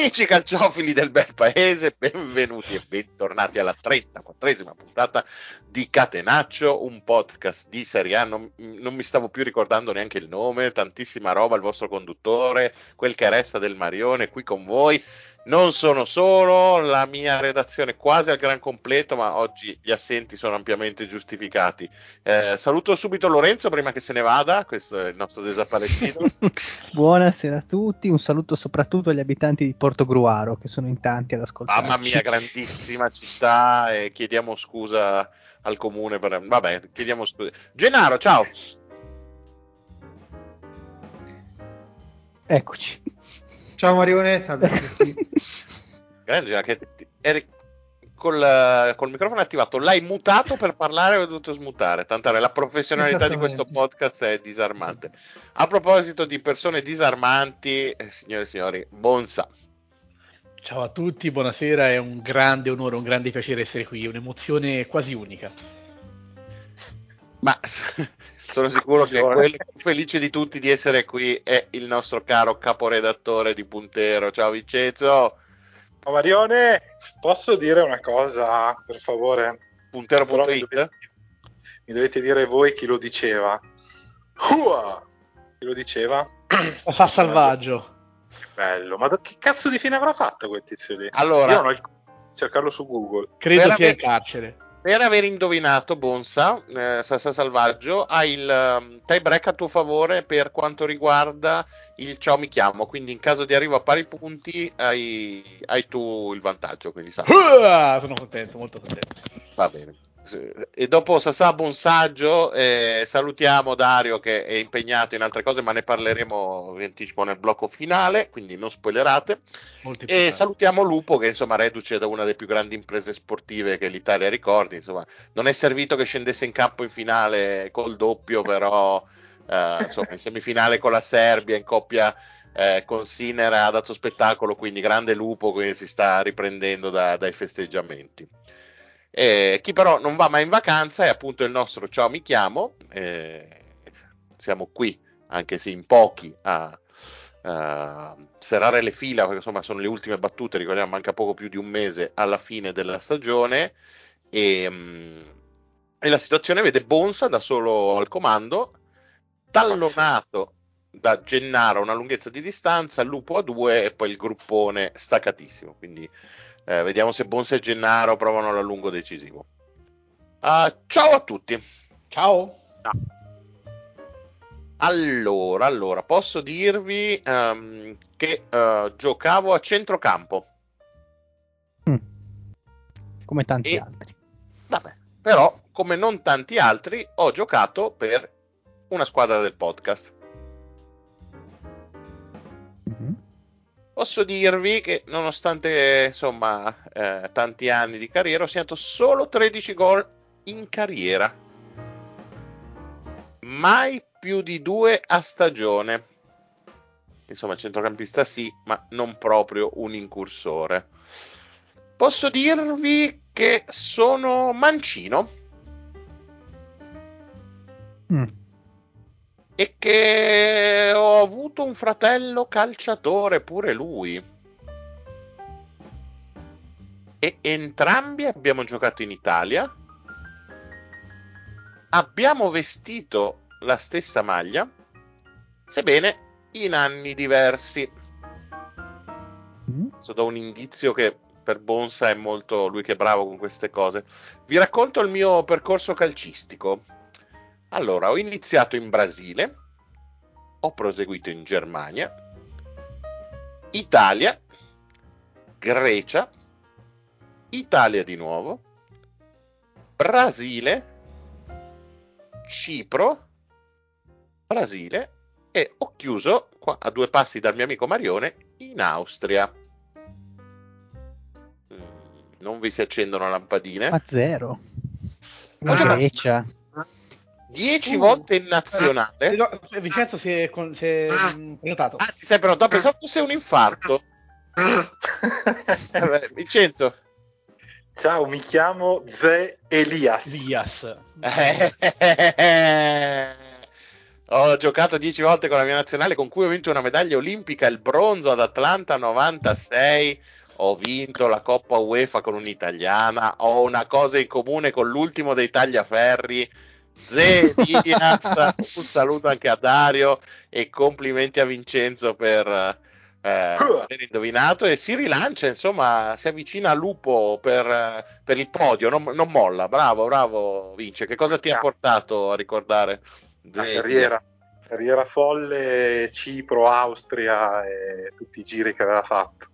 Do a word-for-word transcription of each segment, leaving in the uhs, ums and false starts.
Amici calciofili del bel paese, benvenuti e bentornati alla trentaquattresima puntata di Catenaccio, un podcast di Serie A. Non, non mi stavo più ricordando neanche il nome, tantissima roba, il vostro conduttore, quel che resta del Marione, qui con voi. Non sono solo, la mia redazione è quasi al gran completo, ma oggi gli assenti sono ampiamente giustificati. Eh, saluto subito Lorenzo prima che se ne vada, questo è il nostro desaparecido. Buonasera a tutti, un saluto soprattutto agli abitanti di Portogruaro che sono in tanti ad ascoltarci. Mamma mia, grandissima città, e chiediamo scusa al comune per... Vabbè, chiediamo scusa. Gennaro, ciao! Eccoci. Ciao Marione, salve a tutti. Grande Gennaro, che ti- eri col, col microfono attivato, l'hai mutato per parlare o hai dovuto smutare? Tant'è, la professionalità di questo podcast è disarmante. A proposito di persone disarmanti, eh, signore e signori, Bonsa. Ciao a tutti, buonasera, è un grande onore, un grande piacere essere qui, un'emozione quasi unica. Ma sono sicuro che quello più felice di tutti di essere qui è il nostro caro caporedattore di Puntero. Ciao Vincenzo. Oh, Marione, posso dire una cosa, per favore? Puntero punto Mi it? dovete, mi dovete dire voi chi lo diceva. Uah! Chi lo diceva? Fa salvaggio. Che bello, ma che cazzo di fine avrà fatto quel tizio lì? Allora, io non ho il... cercarlo su Google. Credo per sia aver... in carcere. Per aver indovinato, Bonsa, eh, Sassa Salvaggio, hai il um, tie break a tuo favore per quanto riguarda il ciao mi chiamo, quindi in caso di arrivo a pari punti hai, hai tu il vantaggio, quindi sai. Uh, sono contento, molto contento. Va bene. E dopo Sassà Bonsaggio eh, salutiamo Dario che è impegnato in altre cose, ma ne parleremo, vi anticipo, nel blocco finale, quindi non spoilerate. E salutiamo Lupo che insomma reduce da una delle più grandi imprese sportive che l'Italia ricordi, insomma non è servito che scendesse in campo in finale col doppio, però eh, insomma in semifinale con la Serbia in coppia eh, con Sinner ha dato spettacolo, quindi grande Lupo che si sta riprendendo da, dai festeggiamenti. Eh, chi però non va mai in vacanza è appunto il nostro ciao mi chiamo, eh, siamo qui anche se in pochi a uh, serrare le fila, perché insomma sono le ultime battute, ricordiamo manca poco più di un mese alla fine della stagione e, um, e la situazione vede Bonsa da solo al comando, tallonato da Gennaro a una lunghezza di distanza, Lupo a due e poi il gruppone staccatissimo, quindi Eh, vediamo se Bonsa e Gennaro provano l'allungo decisivo. Uh, ciao a tutti. Ciao. Allora, allora, posso dirvi um, che uh, giocavo a centrocampo. Mm. Come tanti e, altri. Vabbè, però, come non tanti altri, ho giocato per una squadra del podcast. Mm-hmm. Posso dirvi che nonostante insomma eh, tanti anni di carriera ho segnato solo tredici gol in carriera, mai più di due a stagione. Insomma centrocampista sì, ma non proprio un incursore. Posso dirvi che sono mancino mm. e che ho avuto un fratello calciatore pure lui, e entrambi abbiamo giocato in Italia, abbiamo vestito la stessa maglia, sebbene in anni diversi. Mm. Adesso do un indizio che per Bonsa è molto lui che è bravo con queste cose. Vi racconto il mio percorso calcistico. Allora, ho iniziato in Brasile, ho proseguito in Germania, Italia, Grecia, Italia di nuovo, Brasile, Cipro, Brasile e ho chiuso qua a due passi dal mio amico Marione in Austria. Non vi si accendono lampadine? Ma zero. Ah, Grecia. Dieci Uh, volte in nazionale. Eh, no, Vincenzo si è, con, si è mh, prenotato. Ah, ti sei prenotato? Pensavo fosse un infarto. Vabbè, Vincenzo. Ciao, mi chiamo Ze Elias. Elias. Eh, Ho giocato dieci volte con la mia nazionale, con cui ho vinto una medaglia olimpica, il bronzo ad Atlanta novantasei. Ho vinto la Coppa UEFA con un'italiana. Ho una cosa in comune con l'ultimo dei tagliaferri, Ze Elias. Un saluto anche a Dario e complimenti a Vincenzo per eh, aver indovinato. E si rilancia, insomma, si avvicina a Lupo per, eh, per il podio. Non, non molla. Bravo, bravo, Vince. Che cosa ti ha portato a ricordare La Ze carriera, Elias? carriera folle, Cipro, Austria e tutti i giri che aveva fatto.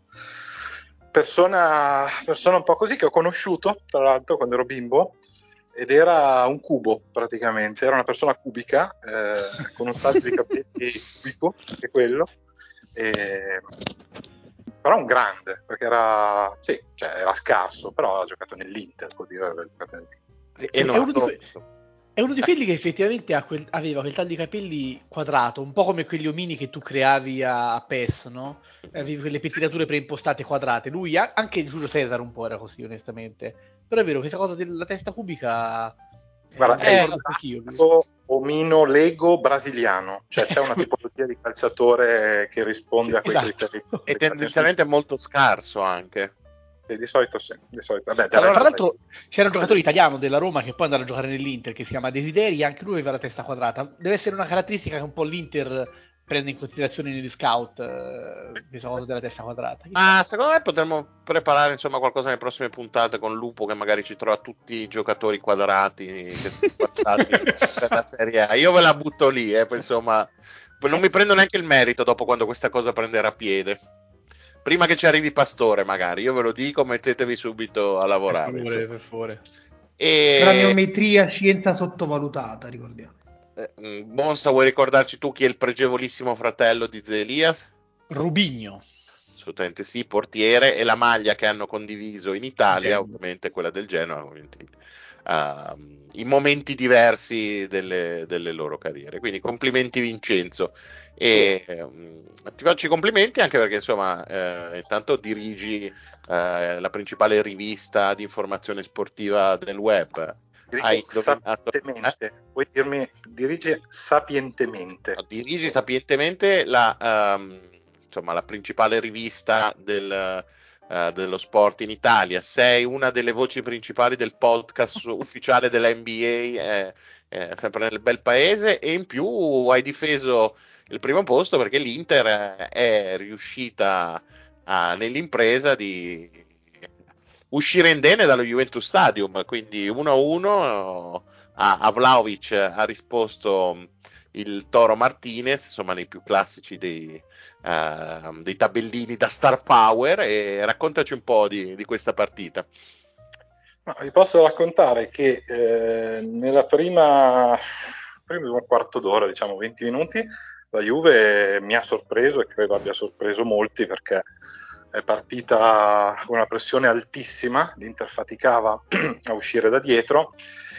Persona, persona un po' così che ho conosciuto, tra l'altro, quando ero bimbo, ed era un cubo praticamente, era una persona cubica, eh, con un taglio di capelli cubico, anche quello, e... però un grande, perché era, sì, cioè era scarso, però ha giocato nell'Inter, può dire aver giocato nell'Inter. E È non uno di que- so. È uno di quelli che effettivamente ha quel- aveva quel taglio di capelli quadrato, un po' come quegli omini che tu creavi a, a PES, no? Avevi quelle pettinature preimpostate quadrate. Lui, ha- anche Giulio Cesare un po' era così, onestamente. Però è vero, questa cosa della testa cubica... Guarda, eh, è Eh, ricordo il anch'io. classico omino Lego brasiliano, cioè c'è una tipologia di calciatore che risponde a quei Esatto. criteri. e tendenzialmente molto scarso anche. Sì, di solito sì, di solito. Vabbè, del Allora, tra resto l'altro c'era un giocatore italiano della Roma che poi è andato a giocare nell'Inter, che si chiama Desideri, anche lui aveva la testa quadrata. Deve essere una caratteristica che un po' l'Inter prende in considerazione negli scout, eh, questa cosa della testa quadrata. Chissà. Ah, secondo me potremmo preparare insomma qualcosa nelle prossime puntate con Lupo che magari ci trova tutti i giocatori quadrati che sono passati per la Serie A. Io ve la butto lì, eh, poi, insomma, poi non mi prendo neanche il merito dopo quando questa cosa prenderà piede. Prima che ci arrivi Pastore, magari, io ve lo dico, mettetevi subito a Per lavorare. favore, Insomma. per favore. E Craniometria, scienza sottovalutata, ricordiamo. eh, Monza, vuoi ricordarci tu chi è il pregevolissimo fratello di Ze Elias? Rubigno. Assolutamente sì, portiere, e la maglia che hanno condiviso in Italia, Genoa. ovviamente quella del Genoa, ovviamente, uh, in momenti diversi delle, delle loro carriere. Quindi complimenti Vincenzo. E um, ti faccio i complimenti anche perché insomma eh, intanto dirigi eh, la principale rivista di informazione sportiva del web. Hai dirige indovinato, eh? sapientemente, puoi dirmi, dirige sapientemente. Dirigi sapientemente la, um, insomma, la principale rivista del, uh, dello sport in Italia. Sei una delle voci principali del podcast ufficiale della N B A, eh, eh, sempre nel bel paese, e in più hai difeso il primo posto perché l'Inter è riuscita a, nell'impresa di uscire indenne dallo Juventus Stadium, quindi uno a uno. A, a Vlahovic ha risposto il Toro Martinez, insomma nei più classici dei, uh, dei tabellini da Star Power, e raccontaci un po' di, di questa partita. No, vi posso raccontare che eh, nella prima, primo quarto d'ora, diciamo venti minuti, la Juve mi ha sorpreso e credo abbia sorpreso molti perché è partita con una pressione altissima, l'Inter faticava a uscire da dietro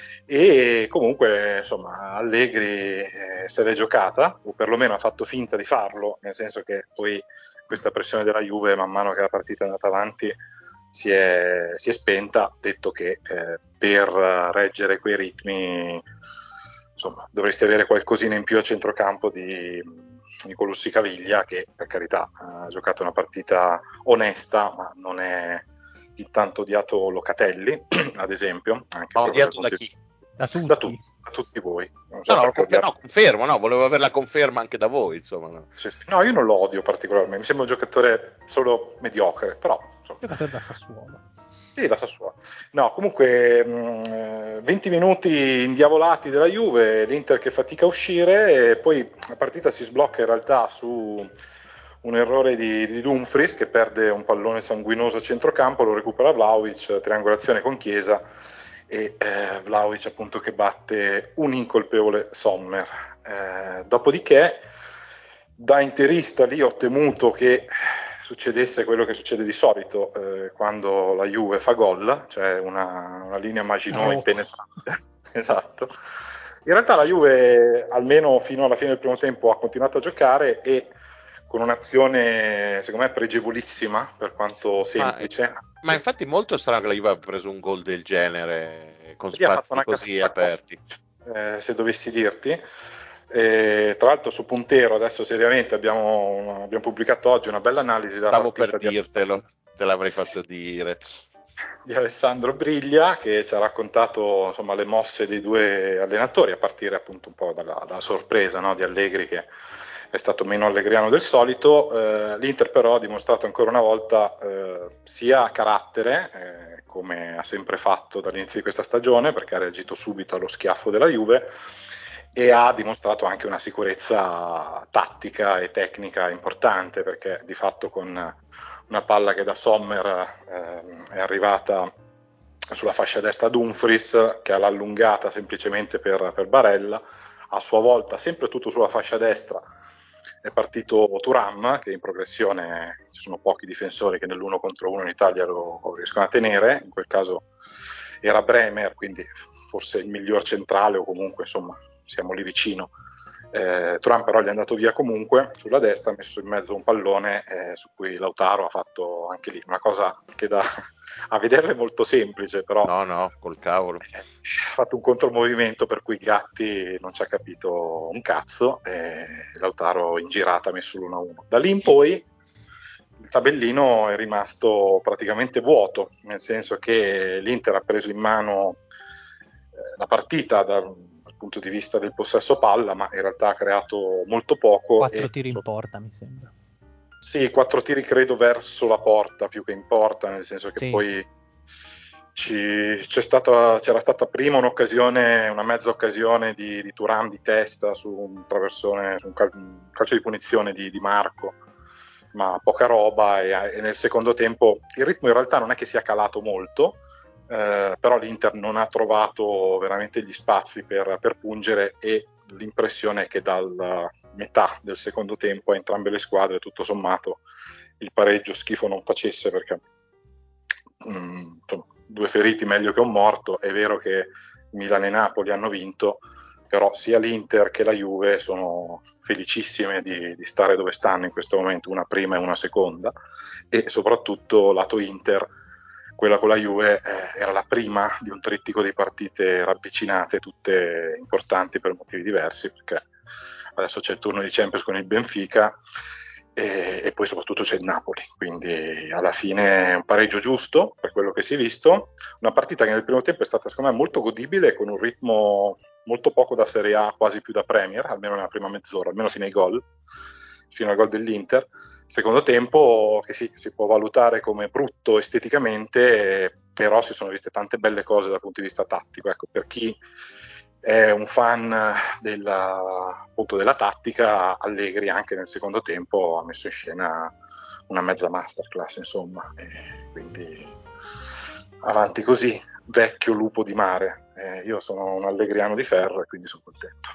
e comunque insomma Allegri eh, se l'è giocata, o perlomeno ha fatto finta di farlo, nel senso che poi questa pressione della Juve man mano che la partita è andata avanti si è, si è spenta, detto che eh, per reggere quei ritmi insomma dovreste avere qualcosina in più a centrocampo di Nicolussi Caviglia, che per carità ha giocato una partita onesta, ma non è il tanto odiato Locatelli ad esempio, anche Ma proprio odiato da chi? Da tutti. da, tu, da tutti voi. Non so No, no, perché confer- odiate. no, confermo, no, volevo avere la conferma anche da voi, insomma. No. Sì, sì. No, io non lo odio particolarmente, mi sembra un giocatore solo mediocre, però insomma. Giocatore da Sassuolo. Sì, da Sassuolo. No, comunque mh, venti minuti indiavolati della Juve, l'Inter che fatica a uscire, e poi la partita si sblocca in realtà su un errore di, di Dumfries che perde un pallone sanguinoso a centrocampo, lo recupera Vlahovic, triangolazione con Chiesa, e eh, Vlahovic appunto che batte un incolpevole Sommer. Eh, dopodiché da interista lì ho temuto che succedesse quello che succede di solito eh, quando la Juve fa gol, cioè una, una linea Maginot impenetrabile. Esatto. In realtà la Juve almeno fino alla fine del primo tempo ha continuato a giocare e con un'azione secondo me pregevolissima per quanto semplice. Ma, ma infatti molto strano che la Juve abbia preso un gol del genere con Lì ha fatto spazi una così cazzata, aperti. eh, se dovessi dirti, E, tra l'altro su Puntero, adesso seriamente, abbiamo, abbiamo pubblicato oggi una bella analisi della Stavo partita per dirtelo, te l'avrei fatto dire. Di Alessandro Briglia, che ci ha raccontato insomma le mosse dei due allenatori, a partire appunto un po' dalla, dalla sorpresa, no, di Allegri, che è stato meno allegriano del solito. Eh, L'Inter però ha dimostrato ancora una volta eh, sia carattere, eh, come ha sempre fatto dall'inizio di questa stagione, perché ha reagito subito allo schiaffo della Juve, e ha dimostrato anche una sicurezza tattica e tecnica importante, perché di fatto con una palla che da Sommer eh, è arrivata sulla fascia destra ad Dumfries, che ha l'allungata semplicemente per, per Barella, a sua volta sempre tutto sulla fascia destra è partito Thuram, che in progressione ci sono pochi difensori che nell'uno contro uno in Italia lo, lo riescono a tenere, in quel caso era Bremer, quindi forse il miglior centrale, o comunque insomma siamo lì vicino. Eh, Thuram però gli è andato via comunque sulla destra, ha messo in mezzo un pallone eh, su cui Lautaro ha fatto anche lì una cosa che da a vederla è molto semplice, però no no col cavolo eh, ha fatto un contromovimento per cui Gatti non ci ha capito un cazzo e Lautaro in girata ha messo l'uno a uno. Da lì in poi il tabellino è rimasto praticamente vuoto, nel senso che l'Inter ha preso in mano eh, la partita da punto di vista del possesso palla, ma in realtà ha creato molto poco. Quattro e, tiri in porta, mi sembra. Sì, quattro tiri credo verso la porta più che in porta, nel senso che sì. Poi ci, c'è stata, c'era stata prima un'occasione, una mezza occasione di, di Thuram di testa su un traversone, su un, cal- un calcio di punizione di, di Marco, ma poca roba, e, e nel secondo tempo il ritmo in realtà non è che sia calato molto. Eh, però l'Inter non ha trovato veramente gli spazi per, per pungere, e l'impressione è che dalla metà del secondo tempo a entrambe le squadre tutto sommato il pareggio schifo non facesse, perché mh, insomma, due feriti meglio che un morto. È vero che Milan e Napoli hanno vinto, però sia l'Inter che la Juve sono felicissime di, di stare dove stanno in questo momento, una prima e una seconda, e soprattutto lato Inter, quella con la Juve eh, era la prima di un trittico di partite ravvicinate, tutte importanti per motivi diversi, perché adesso c'è il turno di Champions con il Benfica e, e poi soprattutto c'è il Napoli, quindi alla fine un pareggio giusto per quello che si è visto, una partita che nel primo tempo è stata secondo me molto godibile, con un ritmo molto poco da Serie A, quasi più da Premier, almeno nella prima mezz'ora, almeno fino ai gol, fino al gol dell'Inter. Secondo tempo che sì, si può valutare come brutto esteticamente, però si sono viste tante belle cose dal punto di vista tattico. Ecco, per chi è un fan della, appunto della tattica, Allegri anche nel secondo tempo ha messo in scena una mezza masterclass, insomma, e quindi avanti così, vecchio lupo di mare. Eh, io sono un allegriano di ferro e quindi sono contento.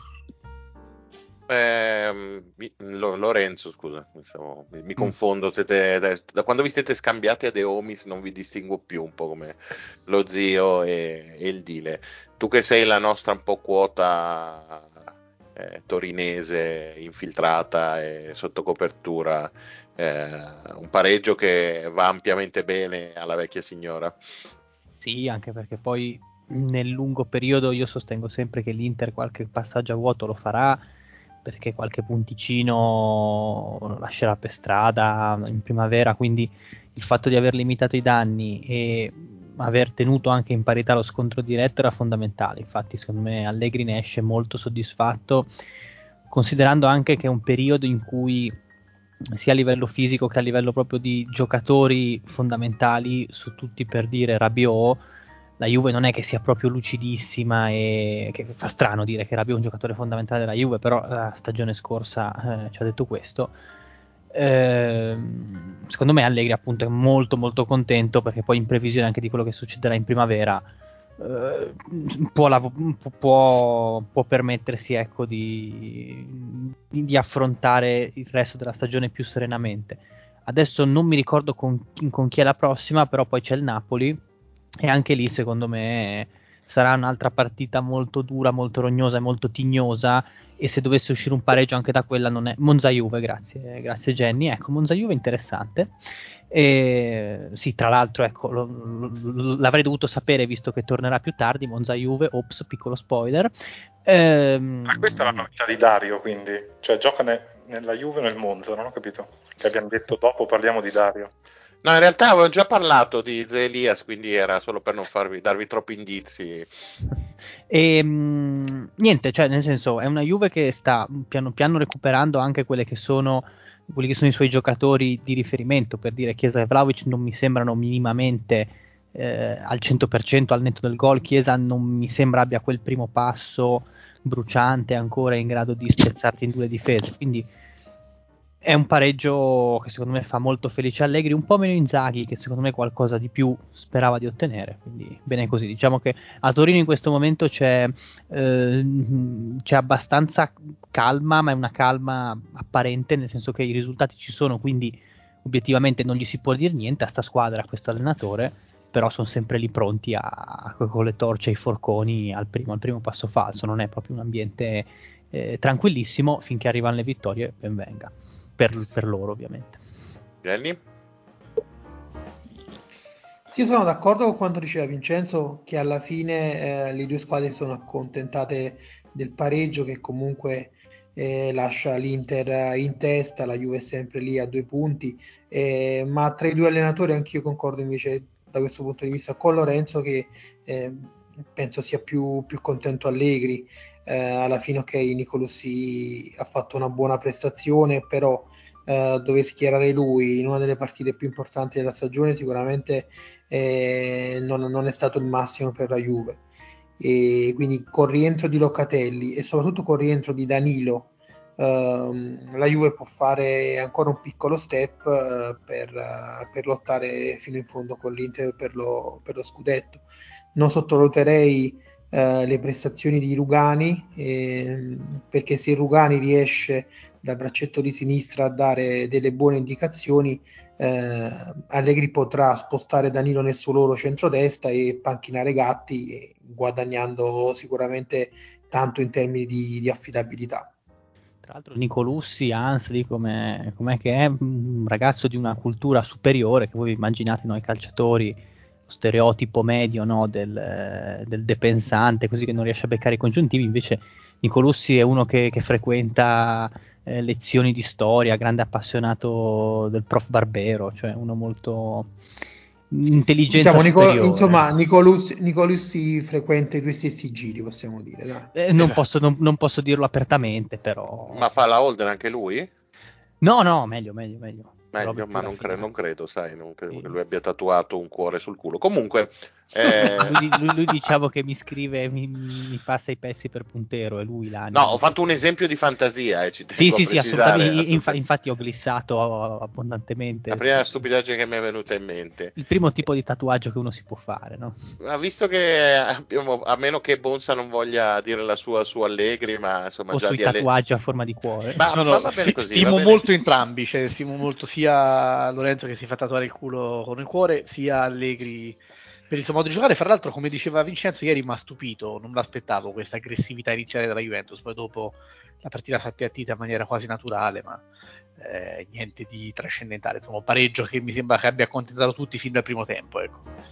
Eh, Lorenzo, scusa, mi, stavo, mi, mi confondo. Siete, da, da quando vi siete scambiati a De Omis non vi distingo più, un po' come lo zio e, e il Dile. Tu che sei la nostra un po' quota eh, torinese infiltrata e sotto copertura, eh, un pareggio che va ampiamente bene alla vecchia signora. Sì, anche perché poi nel lungo periodo io sostengo sempre che l'Inter qualche passaggio a vuoto lo farà, perché qualche punticino lo lascerà per strada in primavera, quindi il fatto di aver limitato i danni e aver tenuto anche in parità lo scontro diretto era fondamentale. Infatti secondo me Allegri ne esce molto soddisfatto, considerando anche che è un periodo in cui sia a livello fisico che a livello proprio di giocatori fondamentali, su tutti, per dire Rabiot, la Juve non è che sia proprio lucidissima, e che fa strano dire che Rabiot è un giocatore fondamentale della Juve, però la stagione scorsa eh, ci ha detto questo. Eh, secondo me Allegri appunto è molto molto contento, perché poi in previsione anche di quello che succederà in primavera eh, può, lav- può, può permettersi, ecco, di, di affrontare il resto della stagione più serenamente. Adesso non mi ricordo con, con chi è la prossima, però poi c'è il Napoli, e anche lì secondo me sarà un'altra partita molto dura, molto rognosa e molto tignosa, e se dovesse uscire un pareggio anche da quella non è Monza Juve, grazie, grazie Jenny. Ecco, Monza Juve interessante. E, sì, tra l'altro, ecco, lo, lo, l'avrei dovuto sapere visto che tornerà più tardi. Monza Juve, ops, piccolo spoiler. Ehm, ah, questa è la novità di Dario, quindi, cioè gioca ne, nella Juve e nel Monza, non ho capito. Che abbiamo detto dopo parliamo di Dario. No, in realtà avevo già parlato di Ze Elias, quindi era solo per non farvi darvi troppi indizi. E mh, niente, cioè nel senso è una Juve che sta piano piano recuperando anche quelle che sono quelli che sono i suoi giocatori di riferimento. Per dire, Chiesa e Vlahovic non mi sembrano minimamente eh, al cento per cento al netto del gol. Chiesa non mi sembra abbia quel primo passo bruciante ancora in grado di spezzarti in due le difese, quindi è un pareggio che secondo me fa molto felice Allegri, un po' meno Inzaghi, che secondo me qualcosa di più sperava di ottenere, quindi bene così. Diciamo che a Torino in questo momento c'è, eh, c'è abbastanza calma, ma è una calma apparente, nel senso che i risultati ci sono, quindi obiettivamente non gli si può dire niente a sta squadra, a questo allenatore, però sono sempre lì pronti a, con le torce e i forconi al primo, al primo passo falso. Non è proprio un ambiente eh, tranquillissimo, finché arrivano le vittorie, ben venga. Per, per loro ovviamente. Jenny? Sì, io sono d'accordo con quanto diceva Vincenzo, che alla fine eh, le due squadre sono accontentate del pareggio, che comunque eh, lascia l'Inter in testa, la Juve è sempre lì a due punti, eh, ma tra i due allenatori anch'io concordo invece da questo punto di vista con Lorenzo, che eh, penso sia più, più contento Allegri. Eh, alla fine, ok, Nicolussi ha fatto una buona prestazione, però eh, dover schierare lui in una delle partite più importanti della stagione sicuramente eh, non, non è stato il massimo per la Juve. E quindi col rientro di Locatelli e soprattutto col rientro di Danilo, ehm, la Juve può fare ancora un piccolo step eh, per, eh, per lottare fino in fondo con l'Inter per lo, per lo scudetto. Non sottovaluterei eh, le prestazioni di Rugani, eh, perché se Rugani riesce dal braccetto di sinistra a dare delle buone indicazioni, eh, Allegri potrà spostare Danilo nel suo loro centrodestra e panchinare Gatti, guadagnando sicuramente tanto in termini di, di affidabilità. Tra l'altro Nicolussi, Ansli, come, com'è che è un ragazzo di una cultura superiore, che voi immaginate noi calciatori, lo stereotipo medio, no, del, del depensante, così che non riesce a beccare i congiuntivi. Invece Nicolussi è uno che, che frequenta eh, lezioni di storia, grande appassionato del prof Barbero, cioè uno molto intelligenza Diciamo, Nico, superiore. insomma, Nicolussi, Nicolussi frequenta i due stessi giri, possiamo dire. Dai. Eh, non, Esatto. posso, non, non posso dirlo apertamente, però... Ma fa la Holden anche lui? No, no, meglio, meglio, meglio. Robe Meglio, più ma non, cre- non raffinate. credo, sai, non credo Sì. che lui abbia tatuato un cuore sul culo. Comunque, eh, Lui, lui, lui diciamo che mi scrive, mi, mi passa i pezzi per puntero, è lui no, l'anima. ho fatto un esempio di fantasia e ci Sì, tengo a sì, sì, assolutamente. precisare. Infa- assolutamente. infatti ho glissato La abbondantemente. prima stupidaggine che mi è venuta in mente. Il primo tipo di tatuaggio che uno si può fare, no? Ma visto che abbiamo, a meno che Bonsa non voglia dire la sua su Allegri, ma insomma O già sui di Allegri. tatuaggi a forma di cuore. Ma, No, ma no, va bene sti- così, va stimo bene. molto entrambi, cioè stimo molto sia Lorenzo che si fa tatuare il culo con il cuore, sia Allegri per il suo modo di giocare. Fra l'altro, come diceva Vincenzo, ieri mi ha stupito, non me l'aspettavo questa aggressività iniziale della Juventus, poi dopo la partita si è appiattita in maniera quasi naturale, ma eh, niente di trascendentale, insomma, un pareggio che mi sembra che abbia accontentato tutti fin dal primo tempo, ecco.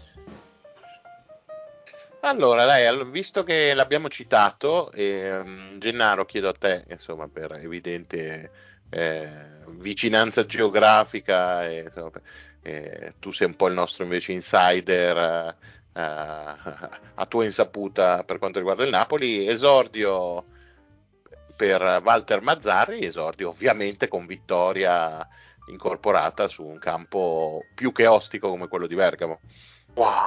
Allora, dai, all- visto che l'abbiamo citato, ehm, Gennaro, chiedo a te, insomma, per evidente eh, vicinanza geografica, e, insomma, per- eh, tu sei un po' il nostro invece insider eh, eh, a tua insaputa per quanto riguarda il Napoli, esordio per Walter Mazzarri, esordio ovviamente con vittoria incorporata su un campo più che ostico come quello di Bergamo. Wow.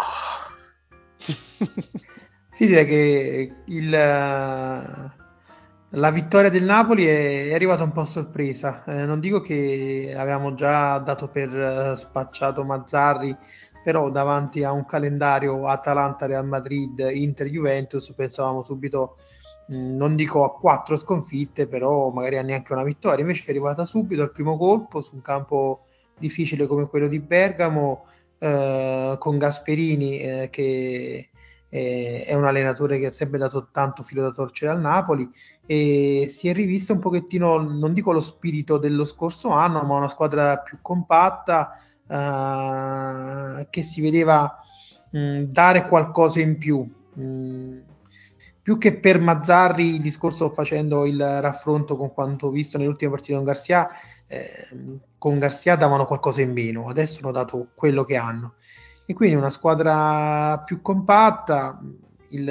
Sì, direi che il, la vittoria del Napoli è, è arrivata un po' a sorpresa. Eh, non dico che avevamo già dato per eh, spacciato Mazzarri, però davanti a un calendario Atalanta-Real Madrid, Inter-Juventus, pensavamo subito, mh, non dico a quattro sconfitte, però magari a neanche una vittoria. Invece è arrivata subito al primo colpo su un campo difficile come quello di Bergamo, eh, con Gasperini eh, che eh, è un allenatore che ha sempre dato tanto filo da torcere al Napoli, e si è rivisto un pochettino, non dico lo spirito dello scorso anno, ma una squadra più compatta, uh, che si vedeva mh, dare qualcosa in più. Mh, più che per Mazzarri, il discorso facendo il raffronto con quanto visto nelle ultime partite con Garcia, eh, con Garcia davano qualcosa in meno, adesso hanno dato quello che hanno. E quindi una squadra più compatta, il,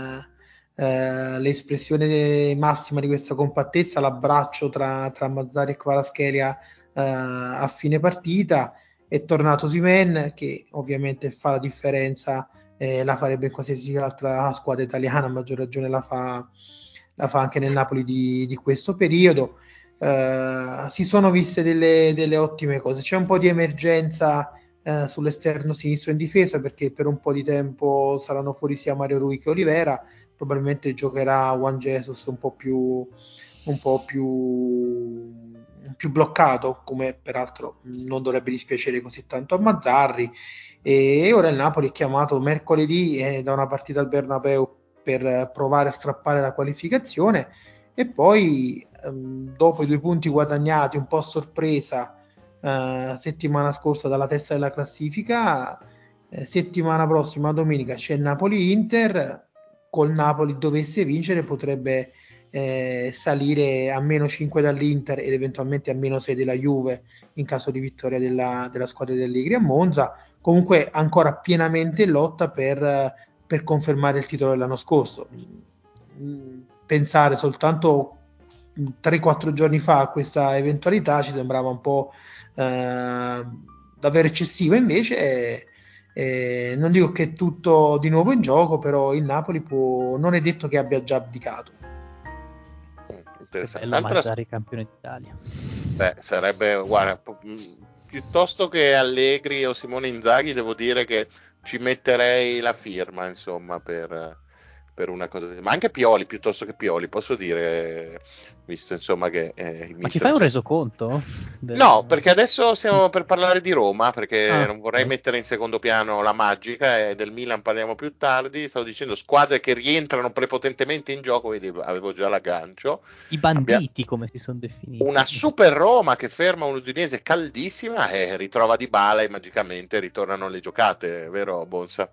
eh, l'espressione massima di questa compattezza, l'abbraccio tra, tra Mazzarri e Kvaratskhelia eh, a fine partita, è tornato Osimhen che ovviamente fa la differenza, eh, la farebbe in qualsiasi altra squadra italiana, a maggior ragione la fa, la fa anche nel Napoli di, di questo periodo. Eh, si sono viste delle, delle ottime cose, c'è un po' di emergenza eh, sull'esterno sinistro in difesa perché per un po' di tempo saranno fuori sia Mario Rui che Olivera, probabilmente giocherà Juan Jesus un po' più un po' più più bloccato, come peraltro non dovrebbe dispiacere così tanto a Mazzarri. E ora il Napoli è chiamato mercoledì eh, da una partita al Bernabeu per provare a strappare la qualificazione e poi ehm, dopo i due punti guadagnati un po' a sorpresa eh, settimana scorsa dalla testa della classifica, eh, settimana prossima domenica c'è Napoli-Inter, col Napoli dovesse vincere potrebbe eh, salire a meno cinque dall'Inter ed eventualmente a meno sei della Juve in caso di vittoria della, della squadra dell'Allegri a Monza, comunque ancora pienamente in lotta per, per confermare il titolo dell'anno scorso. Pensare soltanto tre quattro giorni fa a questa eventualità ci sembrava un po' eh, davvero eccessiva, invece eh, eh, non dico che è tutto di nuovo in gioco, però il Napoli può, non è detto che abbia già abdicato. Interessante. Bello Mazzarri campione d'Italia. Beh, sarebbe, guarda, piuttosto che Allegri o Simone Inzaghi, devo dire che ci metterei la firma, insomma, per, per una cosa, ma anche Pioli, piuttosto che Pioli, posso dire, visto insomma che eh, il ma ci fai un c'è... resoconto? Del... No, perché adesso stiamo per parlare di Roma, perché ah, non vorrei okay. mettere in secondo piano la magica, e del Milan parliamo più tardi. Stavo dicendo squadre che rientrano prepotentemente in gioco, vedi, avevo già l'aggancio. I banditi, Abbia... come si sono definiti. Una super Roma che ferma un Udinese caldissima e ritrova Dybala e magicamente ritornano le giocate, vero Bonsa?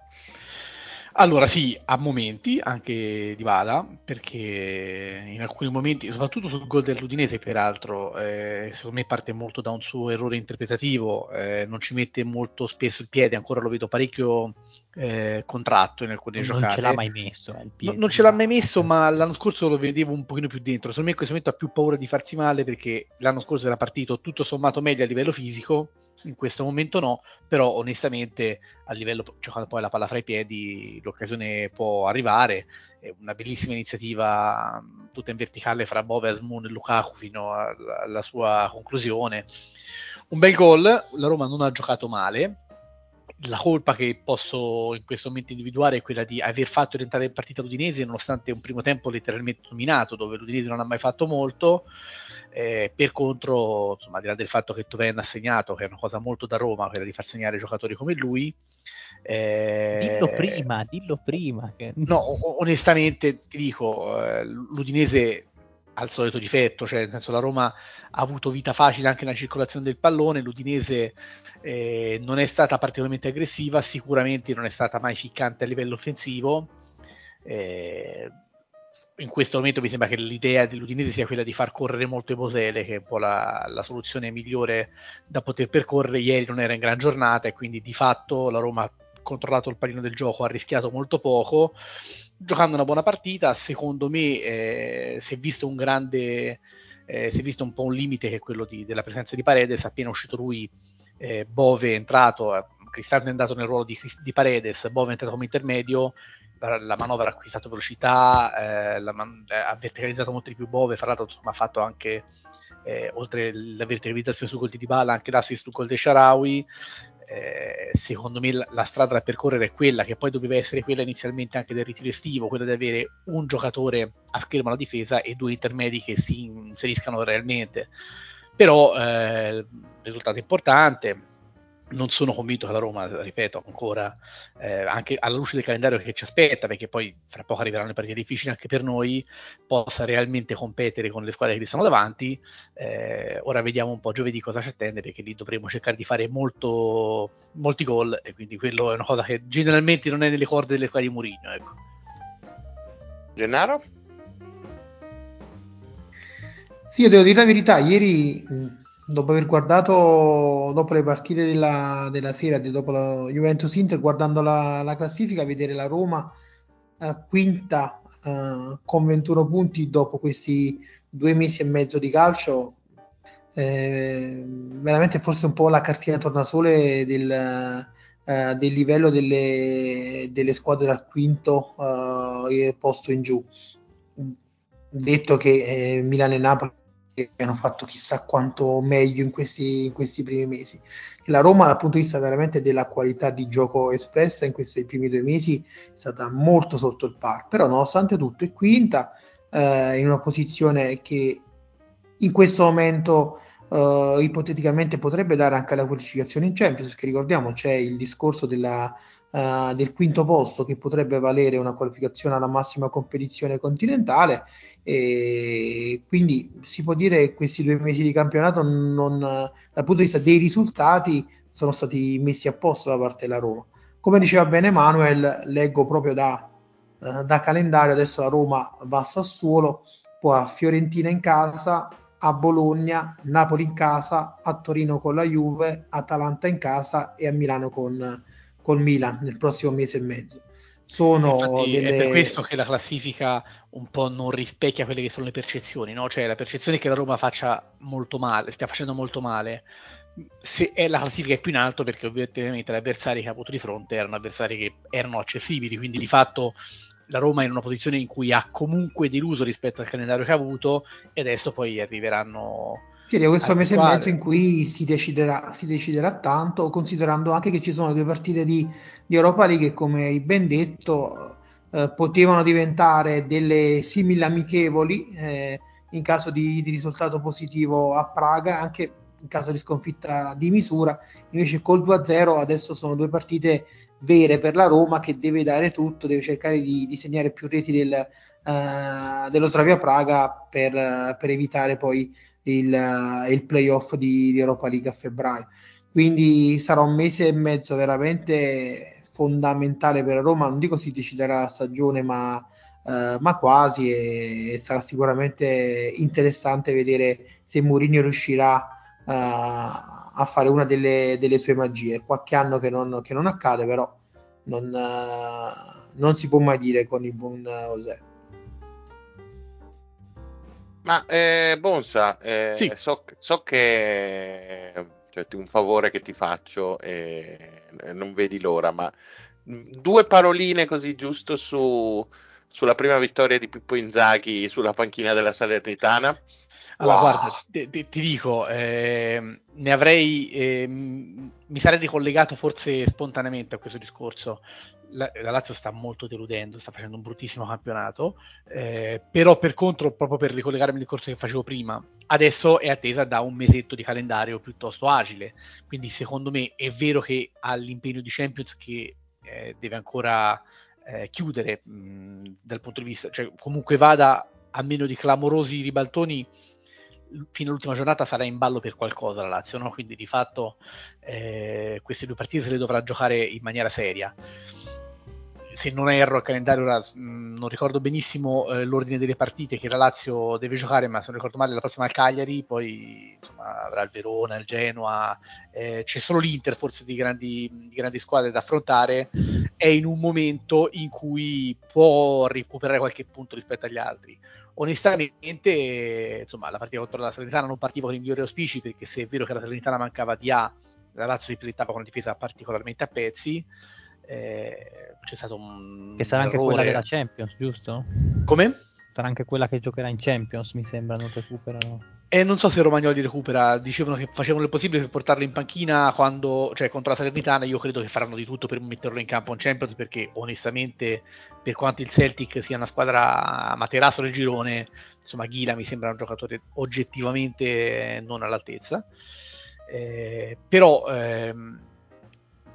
Allora sì, a momenti, anche Dybala, perché in alcuni momenti, soprattutto sul gol dell'Udinese, peraltro, eh, secondo me parte molto da un suo errore interpretativo, eh, non ci mette molto spesso il piede, ancora lo vedo parecchio eh, contratto in alcune non, giocate. Non ce l'ha mai messo, eh, il piede. No, non ce l'ha mai messo, ma l'anno scorso lo vedevo un pochino più dentro. Secondo me in questo momento ha più paura di farsi male perché l'anno scorso era partito tutto sommato meglio a livello fisico, in questo momento no, però onestamente a livello, giocando poi la palla fra i piedi, l'occasione può arrivare. È una bellissima iniziativa tutta in verticale fra Bove, Asmun e Lukaku fino alla, alla sua conclusione. Un bel gol, la Roma non ha giocato male. La colpa che posso in questo momento individuare è quella di aver fatto rientrare in partita l'Udinese nonostante un primo tempo letteralmente dominato dove l'Udinese non ha mai fatto molto. Eh, per contro, insomma, al di là del fatto che Toven ha segnato, che è una cosa molto da Roma, quella di far segnare giocatori come lui. Eh... Dillo prima, dillo prima. Che... No, onestamente ti dico, eh, l'Udinese ha il solito difetto, cioè nel senso la Roma ha avuto vita facile anche nella circolazione del pallone, l'Udinese eh, non è stata particolarmente aggressiva, sicuramente non è stata mai ficcante a livello offensivo. Eh, in questo momento mi sembra che l'idea dell'Udinese sia quella di far correre molto i Mosele, che è un po' la, la soluzione migliore da poter percorrere. Ieri non era in gran giornata e quindi di fatto la Roma ha controllato il pallino del gioco, ha rischiato molto poco, giocando una buona partita. Secondo me eh, si è visto un grande, eh, si è visto un po' un limite che è quello di, della presenza di Paredes. Appena uscito lui, eh, Bove è entrato, eh, Cristante è andato nel ruolo di, di Paredes, Bove è entrato come intermedio. La, la manovra ha acquistato velocità, eh, la man- eh, ha verticalizzato molto di più Bove, fra l'altro insomma, ha fatto anche eh, oltre la verticalizzazione sul gol di Dybala anche l'assist sul gol di Shaarawy. Eh, secondo me la, la strada da percorrere è quella che poi doveva essere quella inizialmente anche del ritiro estivo, quella di avere un giocatore a schermo alla difesa e due intermedi che si inseriscano realmente. Però eh, il risultato è importante. non sono convinto che la Roma, ripeto ancora, eh, anche alla luce del calendario che ci aspetta, perché poi fra poco arriveranno le partite difficili anche per noi, possa realmente competere con le squadre che vi stanno davanti. Eh, ora vediamo un po' giovedì cosa ci attende, perché lì dovremo cercare di fare molto, molti gol, e quindi quello è una cosa che generalmente non è nelle corde delle squadre di Mourinho. Ecco. Gennaro? Sì, io devo dire la verità, ieri mh, dopo aver guardato dopo le partite della, della sera, di- dopo la Juventus Inter, guardando la, la classifica, vedere la Roma eh, quinta eh, con ventuno punti dopo questi due mesi e mezzo di calcio, eh, veramente forse un po' la cartina tornasole del, eh, del livello delle, delle squadre dal quinto eh, posto in giù. Detto che eh, Milan e Napoli hanno fatto chissà quanto meglio in questi, in questi primi mesi. La Roma, dal punto di vista veramente della qualità di gioco espressa in questi primi due mesi, è stata molto sotto il par, però nonostante tutto è quinta, eh, in una posizione che in questo momento eh, ipoteticamente potrebbe dare anche la qualificazione in Champions, perché ricordiamo c'è il discorso della, eh, del quinto posto che potrebbe valere una qualificazione alla massima competizione continentale, e quindi si può dire che questi due mesi di campionato non, dal punto di vista dei risultati sono stati messi a posto da parte della Roma. Come diceva bene Manuel, leggo proprio da, eh, da calendario, adesso la Roma va a Sassuolo, poi a Fiorentina in casa, a Bologna, Napoli in casa, a Torino con la Juve, Atalanta in casa e a Milano con, con Milan nel prossimo mese e mezzo. Sono Infatti è per questo delle... che la classifica un po' non rispecchia quelle che sono le percezioni, no? Cioè la percezione è che la Roma faccia molto male, stia facendo molto male. Se è la classifica è più in alto, perché ovviamente gli avversari che ha avuto di fronte erano avversari che erano accessibili, quindi di fatto la Roma è in una posizione in cui ha comunque deluso rispetto al calendario che ha avuto, e adesso poi arriveranno Sì, è questo altre mese e mezzo squadre. in cui si deciderà, si deciderà tanto, considerando anche che ci sono due partite di, di Europa League che, come hai ben detto, eh, potevano diventare delle simili amichevoli eh, in caso di, di risultato positivo a Praga, anche in caso di sconfitta di misura. Invece col due a zero adesso sono due partite vere per la Roma, che deve dare tutto, deve cercare di, di segnare più reti del, eh, dello Slavia Praga per, per evitare poi il, il playoff di, di Europa League a febbraio. Quindi sarà un mese e mezzo veramente fondamentale per Roma, non dico si deciderà la stagione, ma, eh, ma quasi, e, e sarà sicuramente interessante vedere se Mourinho riuscirà uh, a fare una delle, delle sue magie. Qualche anno che non, che non accade, però non, uh, non si può mai dire con il buon José. Ma eh, Bonsa, eh, Sì. so, so che cioè, un favore che ti faccio e non vedi l'ora, ma due paroline così giusto su, sulla prima vittoria di Pippo Inzaghi sulla panchina della Salernitana. Allora, Wow. guarda, ti, ti- ti dico, ehm, ne avrei, ehm, mi sarei ricollegato forse spontaneamente a questo discorso. La, la Lazio sta molto deludendo, sta facendo un bruttissimo campionato, eh, però per contro, proprio per ricollegarmi al discorso che facevo prima, adesso è attesa da un mesetto di calendario piuttosto agile, quindi secondo me è vero che ha l'impegno di Champions che eh, deve ancora eh, chiudere mh, dal punto di vista, cioè comunque vada, a meno di clamorosi ribaltoni, fino all'ultima giornata sarà in ballo per qualcosa la Lazio, no? Quindi di fatto eh, queste due partite se le dovrà giocare in maniera seria. Se non erro, il calendario ora, mh, non ricordo benissimo eh, l'ordine delle partite che la Lazio deve giocare, ma se non ricordo male la prossima al Cagliari, poi insomma, avrà il Verona, il Genoa, eh, c'è solo l'Inter forse di grandi, di grandi squadre da affrontare. È in un momento in cui può recuperare qualche punto rispetto agli altri. Onestamente, insomma, la partita contro la Salernitana non partiva con i migliori auspici, perché se è vero che la Salernitana mancava di A, la Lazio si presentava con una difesa particolarmente a pezzi. Eh, c'è stato un, Che un sarà anche quella errore. della Champions, giusto? Come? Sarà anche quella che giocherà in Champions, mi sembra, non recuperano. E non so se Romagnoli recupera, dicevano che facevano il possibile per portarlo in panchina quando, cioè contro la Salernitana. Io credo che faranno di tutto per metterlo in campo in Champions, perché onestamente, per quanto il Celtic sia una squadra materasso del girone, insomma Ghila mi sembra un giocatore oggettivamente non all'altezza. Eh, però ehm,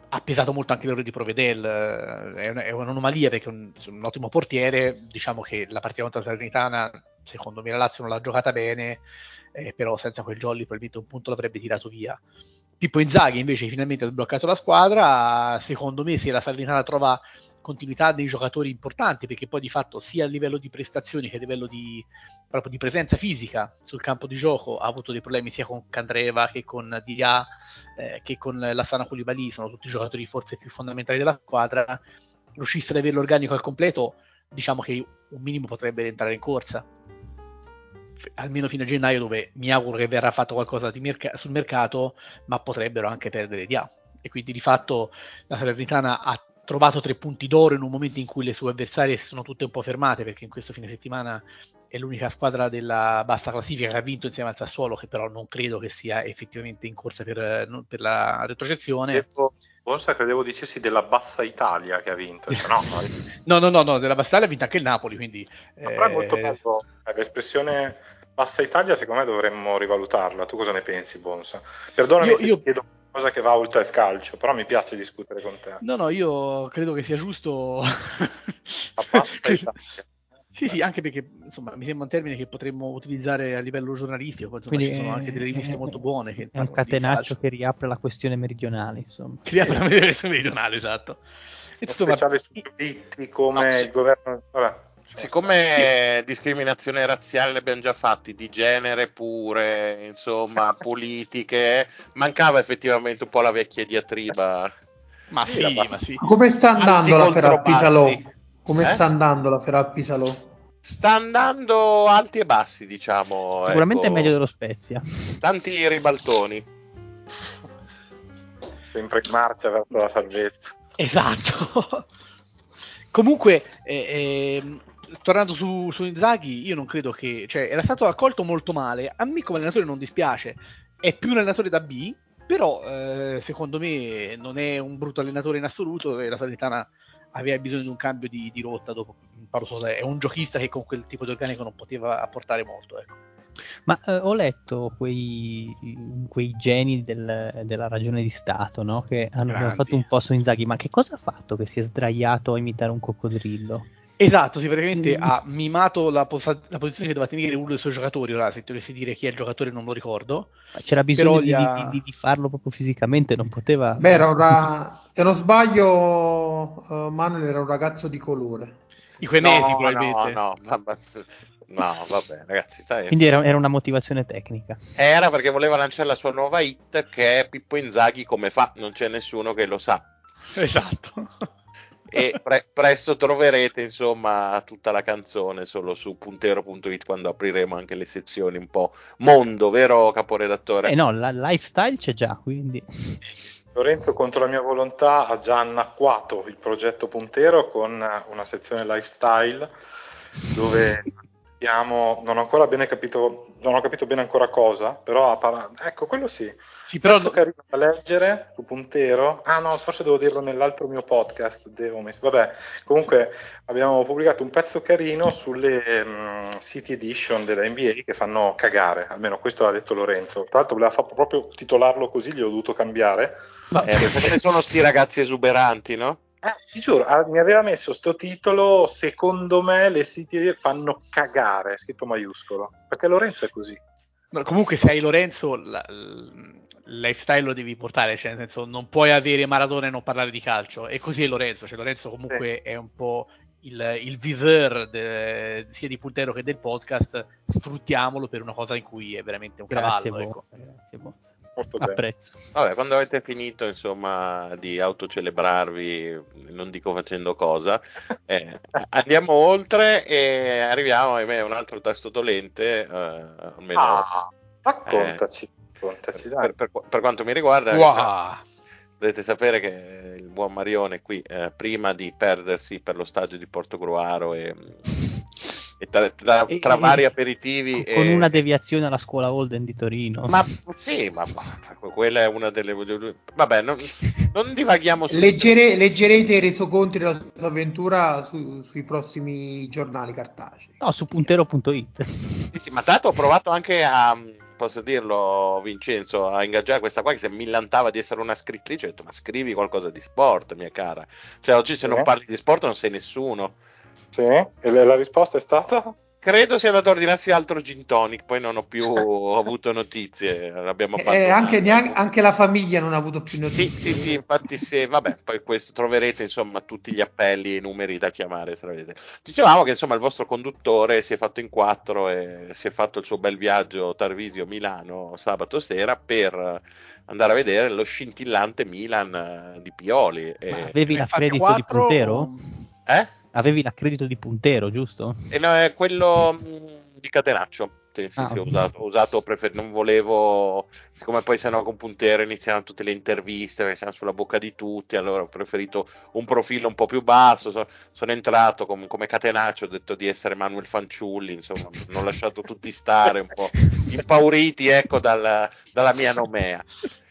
ha pesato molto anche l'errore di Provedel, è, un, è un'anomalia perché è un, un ottimo portiere, diciamo che la partita contro la Salernitana, secondo me la Lazio non l'ha giocata bene, eh, però senza quel jolly probabilmente un punto l'avrebbe tirato via. Pippo Inzaghi invece finalmente ha sbloccato la squadra, secondo me se la Salernitana trova continuità dei giocatori importanti, perché poi di fatto sia a livello di prestazioni che a livello di, proprio di presenza fisica sul campo di gioco ha avuto dei problemi sia con Candreva che con Dia, eh, che con Lassana Coulibaly, sono tutti giocatori forse più fondamentali della squadra, riuscisse ad avere l'organico al completo, diciamo che un minimo potrebbe entrare in corsa almeno fino a gennaio, dove mi auguro che verrà fatto qualcosa di merc- sul mercato, ma potrebbero anche perdere Dia, e quindi di fatto la Salernitana ha trovato tre punti d'oro in un momento in cui le sue avversarie si sono tutte un po' fermate, perché in questo fine settimana è l'unica squadra della bassa classifica che ha vinto insieme al Sassuolo, che però non credo che sia effettivamente in corsa per, per la retrocessione. Devo, Bonsa, credevo dicessi della bassa Italia che ha vinto, cioè, no, no. no, no, no, no, della bassa Italia ha vinto anche il Napoli, quindi Ma però è molto eh... bello, l'espressione bassa Italia secondo me dovremmo rivalutarla. Tu cosa ne pensi, Bonsa? Perdonami io, se io... ti chiedo qualcosa che va oltre il calcio, però mi piace discutere con te. No, no, io credo che sia giusto. La bassa Italia. Sì, sì, anche perché insomma mi sembra un termine che potremmo utilizzare a livello giornalistico, poi, insomma Quindi ci sono anche delle riviste è, molto buone che è un parlano di catenaccio calcio. che riapre la questione meridionale, insomma. Che riapre la questione meridionale, esatto. Insomma, speciale su diritti come no, sì. Il governo... Vabbè. Siccome discriminazione razziale l'abbiamo già fatti, di genere pure, insomma, politiche, mancava effettivamente un po' la vecchia diatriba. Ma sì, sì ma sì. Come sta andando la Ferrappi-Salò? Come eh? sta andando la Ferrappi-Salò? Sta andando alti e bassi, diciamo. Sicuramente ecco. È meglio dello Spezia. Tanti ribaltoni. Sempre in marcia verso la salvezza. Esatto. Comunque, eh, eh, tornando su, su Inzaghi, io non credo che... Cioè, era stato accolto molto male. A me come allenatore non dispiace. È più un allenatore da B, però eh, secondo me non è un brutto allenatore in assoluto e la Salernitana aveva bisogno di un cambio di, di rotta dopo Paolo Sousa. È un giochista che con quel tipo di organico non poteva apportare molto, ecco. Ma eh, ho letto quei, quei geni del, della ragione di Stato, no? Che hanno Grandi. fatto un po' su Inzaghi, ma che cosa ha fatto che si è sdraiato a imitare un coccodrillo? Esatto, sì, praticamente mm. ha mimato la, posa- la posizione che doveva tenere uno dei suoi giocatori. Ora, se ti dovessi dire chi è il giocatore non lo ricordo. Ma c'era bisogno di, ha... di, di farlo proprio fisicamente, non poteva... Beh, era una... se non sbaglio, uh, Manuel era un ragazzo di colore. I Quenesi, no, probabilmente. No, no, ma, no, vabbè, ragazzi. Stai... Quindi era, era una motivazione tecnica. Era perché voleva lanciare la sua nuova hit, che è Pippo Inzaghi come fa, non c'è nessuno che lo sa. Esatto. E pre- presto troverete insomma tutta la canzone solo su puntero punto it quando apriremo anche le sezioni un po' mondo, vero caporedattore? Eh no, la lifestyle c'è già, quindi... Lorenzo contro la mia volontà ha già annacquato il progetto Puntero con una sezione lifestyle dove abbiamo, non ho ancora bene capito, non ho capito bene ancora cosa, però par- ecco quello sì. Sì, però Pezzo carino da leggere su Puntero. Ah no, forse devo dirlo nell'altro mio podcast, devo mess- vabbè, comunque abbiamo pubblicato un pezzo carino sulle um, City Edition della N B A che fanno cagare, almeno questo l'ha detto Lorenzo. Tra l'altro voleva fare proprio titolarlo così, gli ho dovuto cambiare. Ma eh, come sono sti ragazzi esuberanti, no? Eh, ti giuro, ah, mi aveva messo sto titolo, secondo me le City fanno cagare, scritto maiuscolo, perché Lorenzo è così. No, comunque se hai Lorenzo la, il lifestyle lo devi portare, cioè nel senso non puoi avere Maradona e non parlare di calcio, e così è Lorenzo, cioè Lorenzo comunque sì. È un po' il, il viseur de, sia di Puntero che del podcast, sfruttiamolo per una cosa in cui è veramente un grazie cavallo. Bo, ecco. Grazie Bo. Molto Apprezzo. bene. Vabbè, quando avete finito insomma di autocelebrarvi, non dico facendo cosa, eh, andiamo oltre e arriviamo a un altro tasto dolente, eh, almeno ah, raccontaci, eh, raccontaci dai. Per, per, per quanto mi riguarda, wow. insomma, dovete sapere che il buon Marione qui, eh, prima di perdersi per lo stadio di Portogruaro e, e tra, tra, tra e, vari aperitivi con e, una deviazione alla scuola Holden di Torino, ma sì, ma, ma quella è una delle, vabbè, non, non divaghiamo su. Leggere, leggerete i resoconti della sua avventura su, sui prossimi giornali cartacei. no, su puntero punto it. Sì, sì, ma tanto ho provato anche a posso dirlo Vincenzo, a ingaggiare questa qua che si millantava di essere una scrittrice. Ho detto, ma scrivi qualcosa di sport, mia cara. Cioè oggi se sì. non parli di sport non sei nessuno. Sì, e la risposta è stata? Credo sia andato a ordinarsi altro gin tonic, poi non ho più avuto notizie, l'abbiamo Eh, anche, abbandonato. neanche, anche la famiglia non ha avuto più Sì, notizie. sì, sì, infatti sì, vabbè, poi questo troverete insomma tutti gli appelli e i numeri da chiamare, se la vedete. Dicevamo che insomma il vostro conduttore si è fatto in quattro e si è fatto il suo bel viaggio Tarvisio-Milano sabato sera per andare a vedere lo scintillante Milan eh, di Pioli. Ma E... avevi Ne ha fatti l'accredito di quattro puntero? o- Eh? Avevi l'accredito di puntero, giusto? E no, è quello mh, di Catenaccio. Sì, sì, Ah, sì, ho ok. usato, ho usato prefer- non volevo, siccome poi sennò con Puntero iniziano tutte le interviste, perché siamo sulla bocca di tutti, allora ho preferito un profilo un po' più basso, so- sono entrato com- come Catenaccio, ho detto di essere Manuel Fanciulli, insomma, non ho lasciato tutti stare un po' impauriti, ecco, dal- dalla mia nomea.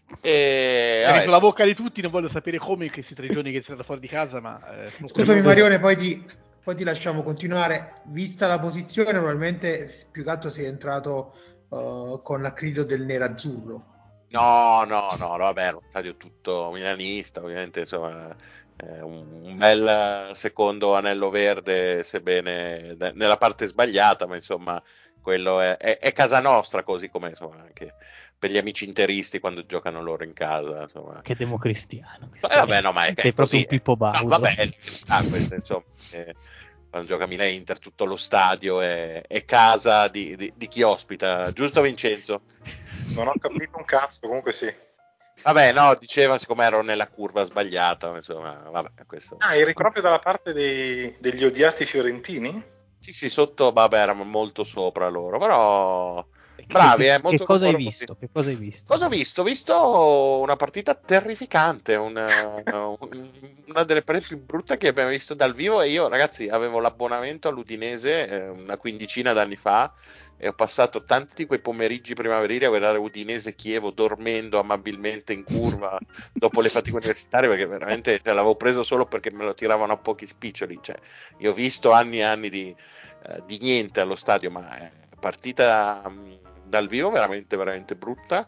E, Eri vabbè, sulla sì, bocca di tutti, non voglio sapere come in questi tre giorni che sei stato fuori di casa, ma eh, sono Scusami curioso. Marione, poi ti, poi ti lasciamo continuare. Vista la posizione, probabilmente più che altro sei entrato uh, con l'accredito del nerazzurro. No, no, no, no, vabbè, uno stadio tutto milanista, ovviamente, insomma, eh, un, un bel secondo anello verde, sebbene de- nella parte sbagliata, ma insomma, quello è, è- è casa nostra, così come insomma, anche per gli amici interisti quando giocano loro in casa, insomma. Che democristiano che Eh, sei. vabbè, no, ma è, Sei è proprio così. un Pippo No, Baudo. vabbè, ah, questo, insomma, eh, quando gioca Milan Inter, tutto lo stadio è, è casa di, di- di chi ospita, giusto Vincenzo? Non ho capito un cazzo, comunque sì. Vabbè, no, diceva siccome ero nella curva sbagliata, insomma, vabbè, questo. Ah, eri proprio dalla parte dei- degli odiati fiorentini? Sì, sì, sotto, vabbè, eravamo molto sopra loro, però Che, bravi, che- eh, che molto cosa hai concordo con te. visto? Che cosa hai visto? Cosa ho visto? Ho visto una partita terrificante, una, un- una delle partite più brutte che abbiamo visto dal vivo e io, ragazzi, avevo l'abbonamento all'Udinese eh, una quindicina d'anni fa e ho passato tanti di quei pomeriggi primaverili a guardare Udinese Chievo dormendo amabilmente in curva dopo le fatiche universitarie perché veramente cioè, l'avevo preso solo perché me lo tiravano a pochi spiccioli, cioè, io ho visto anni e anni di, eh, di niente allo stadio, ma è partita mh, dal vivo veramente, veramente brutta.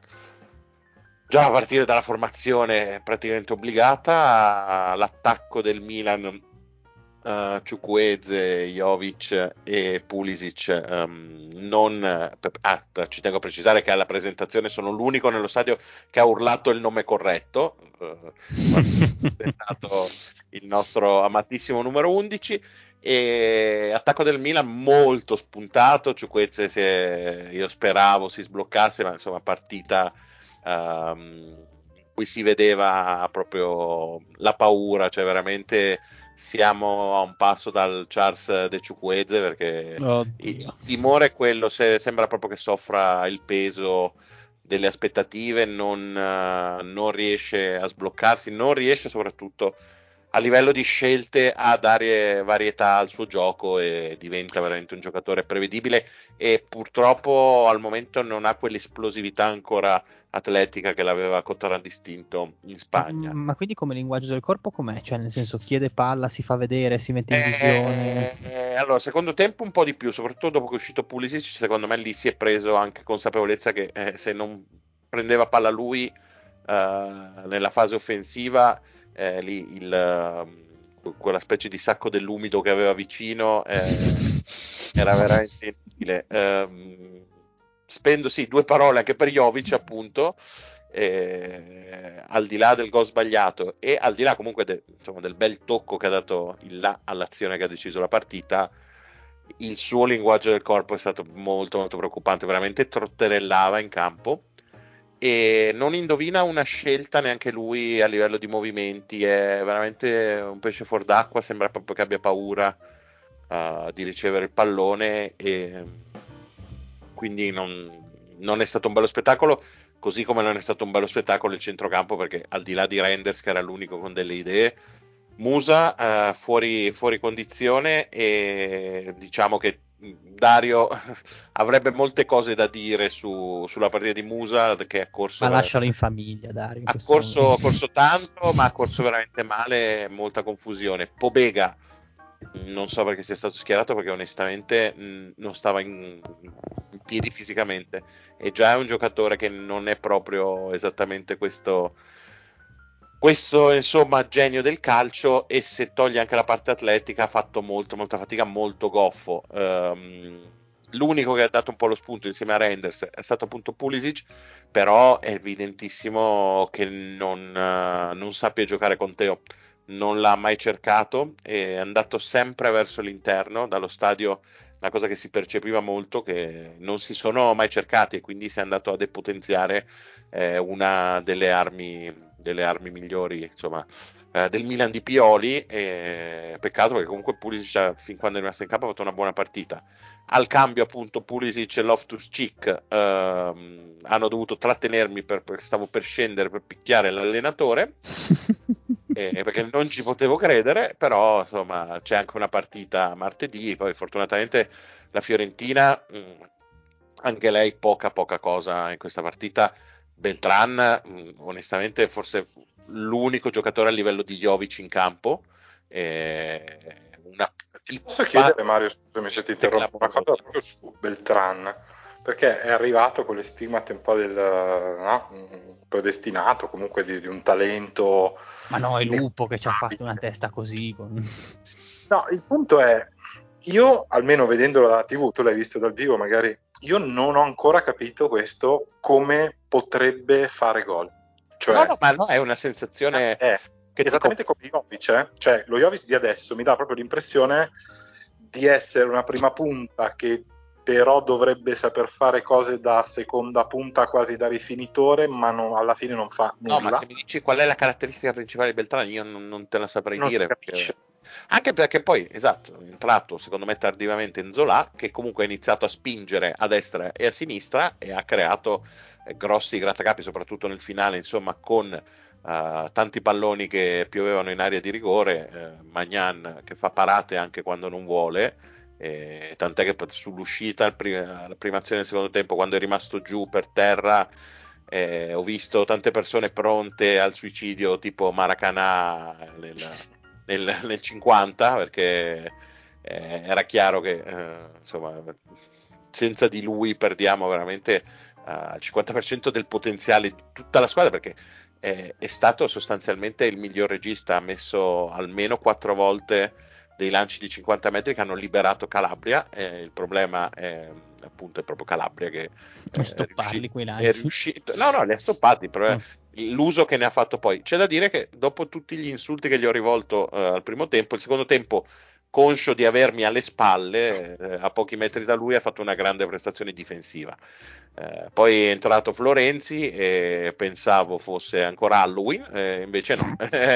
Già a partire dalla formazione praticamente obbligata, l'attacco del Milan, uh, Chukwueze, Jovic e Pulisic, um, non, ah, ci tengo a precisare che alla presentazione sono l'unico nello stadio che ha urlato il nome corretto, uh, è stato il nostro amatissimo numero undici. E attacco del Milan molto spuntato, Chukwueze si è, io speravo si sbloccasse, ma insomma partita um, in cui si vedeva proprio la paura, cioè veramente siamo a un passo dal Charles de Chukwueze perché il, Oddio. il timore è quello, se, sembra proprio che soffra il peso delle aspettative, non, uh, non riesce a sbloccarsi, non riesce soprattutto a livello di scelte a dare varietà al suo gioco e diventa veramente un giocatore prevedibile e purtroppo al momento non ha quell'esplosività ancora atletica che l'aveva contraddistinto in Spagna. Ma quindi come linguaggio del corpo com'è? Cioè nel senso chiede palla, si fa vedere, si mette in visione? Eh, allora, secondo tempo un po' di più, soprattutto dopo che è uscito Pulisic, secondo me lì si è preso anche consapevolezza che eh, se non prendeva palla lui eh, nella fase offensiva, eh, lì il, eh, quella specie di sacco dell'umido che aveva vicino eh, era veramente inutile. Eh, spendo sì due parole anche per Jovic, appunto. Eh, al di là del gol sbagliato e al di là comunque de, insomma, del bel tocco che ha dato il là all'azione che ha deciso la partita, il suo linguaggio del corpo è stato molto molto preoccupante, veramente trotterellava in campo e non indovina una scelta neanche lui a livello di movimenti, è veramente un pesce fuor d'acqua, sembra proprio che abbia paura uh, di ricevere il pallone e quindi non, non è stato un bello spettacolo, così come non è stato un bello spettacolo il centrocampo perché al di là di Reinders che era l'unico con delle idee, Musa uh, fuori, fuori condizione e diciamo che Dario avrebbe molte cose da dire su, sulla partita di Musa che ha corso Ma lascialo veramente in famiglia, Dario, in ha questo corso, ha momento. corso tanto ma ha corso veramente male, molta confusione. Pobega non so perché sia stato schierato, perché onestamente mh, non stava in, in piedi fisicamente, e già è un giocatore che non è proprio esattamente questo questo insomma genio del calcio, e se togli anche la parte atletica ha fatto molto molta fatica, molto goffo. Um, l'unico che ha dato un po' lo spunto insieme a Reinders è stato appunto Pulisic, però è evidentissimo che non, uh, non sappia giocare con Teo, non l'ha mai cercato, è andato sempre verso l'interno dallo stadio. Una cosa che si percepiva molto, che non si sono mai cercati, e quindi si è andato a depotenziare eh, una delle armi delle armi migliori, insomma, eh, del Milan di Pioli. E peccato perché comunque Pulisic, fin quando è rimasto in campo, ha fatto una buona partita. Al cambio appunto Pulisic e Loftus-Cheek ehm, hanno dovuto trattenermi per, perché stavo per scendere per picchiare l'allenatore eh, perché non ci potevo credere, però insomma c'è anche una partita martedì, poi fortunatamente la Fiorentina mh, anche lei poca poca cosa in questa partita. Beltran, mh, onestamente, forse l'unico giocatore a livello di Jovic in campo. Eh, una Ti posso chiedere, Mario, scusami se ti interrompo, una cosa clamorosa. proprio su Beltran, perché è arrivato con le stigmate un po' del no, predestinato, comunque di, di un talento. Ma no, è Lupo che ci ha fatto una inecupabile. testa così. Con... No, il punto è, io almeno vedendolo dalla tivù, tu l'hai visto dal vivo magari, io non ho ancora capito questo come potrebbe fare gol. Cioè, No, no, ma no, è una sensazione è che ti esattamente come Jovic, eh? Cioè lo Jovic di adesso mi dà proprio l'impressione di essere una prima punta che però dovrebbe saper fare cose da seconda punta, quasi da rifinitore, ma non, alla fine non fa nulla. No, ma se mi dici qual è la caratteristica principale di Beltrán, io non, non te la saprei non dire. si capisce. Perché... Anche perché poi, esatto, è entrato secondo me tardivamente in Zola, che comunque ha iniziato a spingere a destra e a sinistra e ha creato eh, grossi grattacapi, soprattutto nel finale, insomma, con eh, tanti palloni che piovevano in area di rigore, eh, Magnan che fa parate anche quando non vuole. Eh, tant'è che sull'uscita, al prim- alla prima azione del secondo tempo, quando è rimasto giù per terra, eh, ho visto tante persone pronte al suicidio, tipo Maracanã nel, nel, nel cinquanta, perché eh, era chiaro che eh, insomma, senza di lui perdiamo veramente uh, il cinquanta per cento del potenziale di tutta la squadra, perché eh, è stato sostanzialmente il miglior regista, ha messo almeno quattro volte dei lanci di cinquanta metri che hanno liberato Calabria. Eh, il problema è appunto è proprio Calabria che eh, è, riuscito, quei lanci. è riuscito, no no li ha stoppati, però Mm. l'uso che ne ha fatto poi. C'è da dire che dopo tutti gli insulti che gli ho rivolto eh, al primo tempo, il secondo tempo, conscio di avermi alle spalle, eh, a pochi metri da lui, ha fatto una grande prestazione difensiva. Eh, poi è entrato Florenzi e pensavo fosse ancora Halloween, eh, invece no.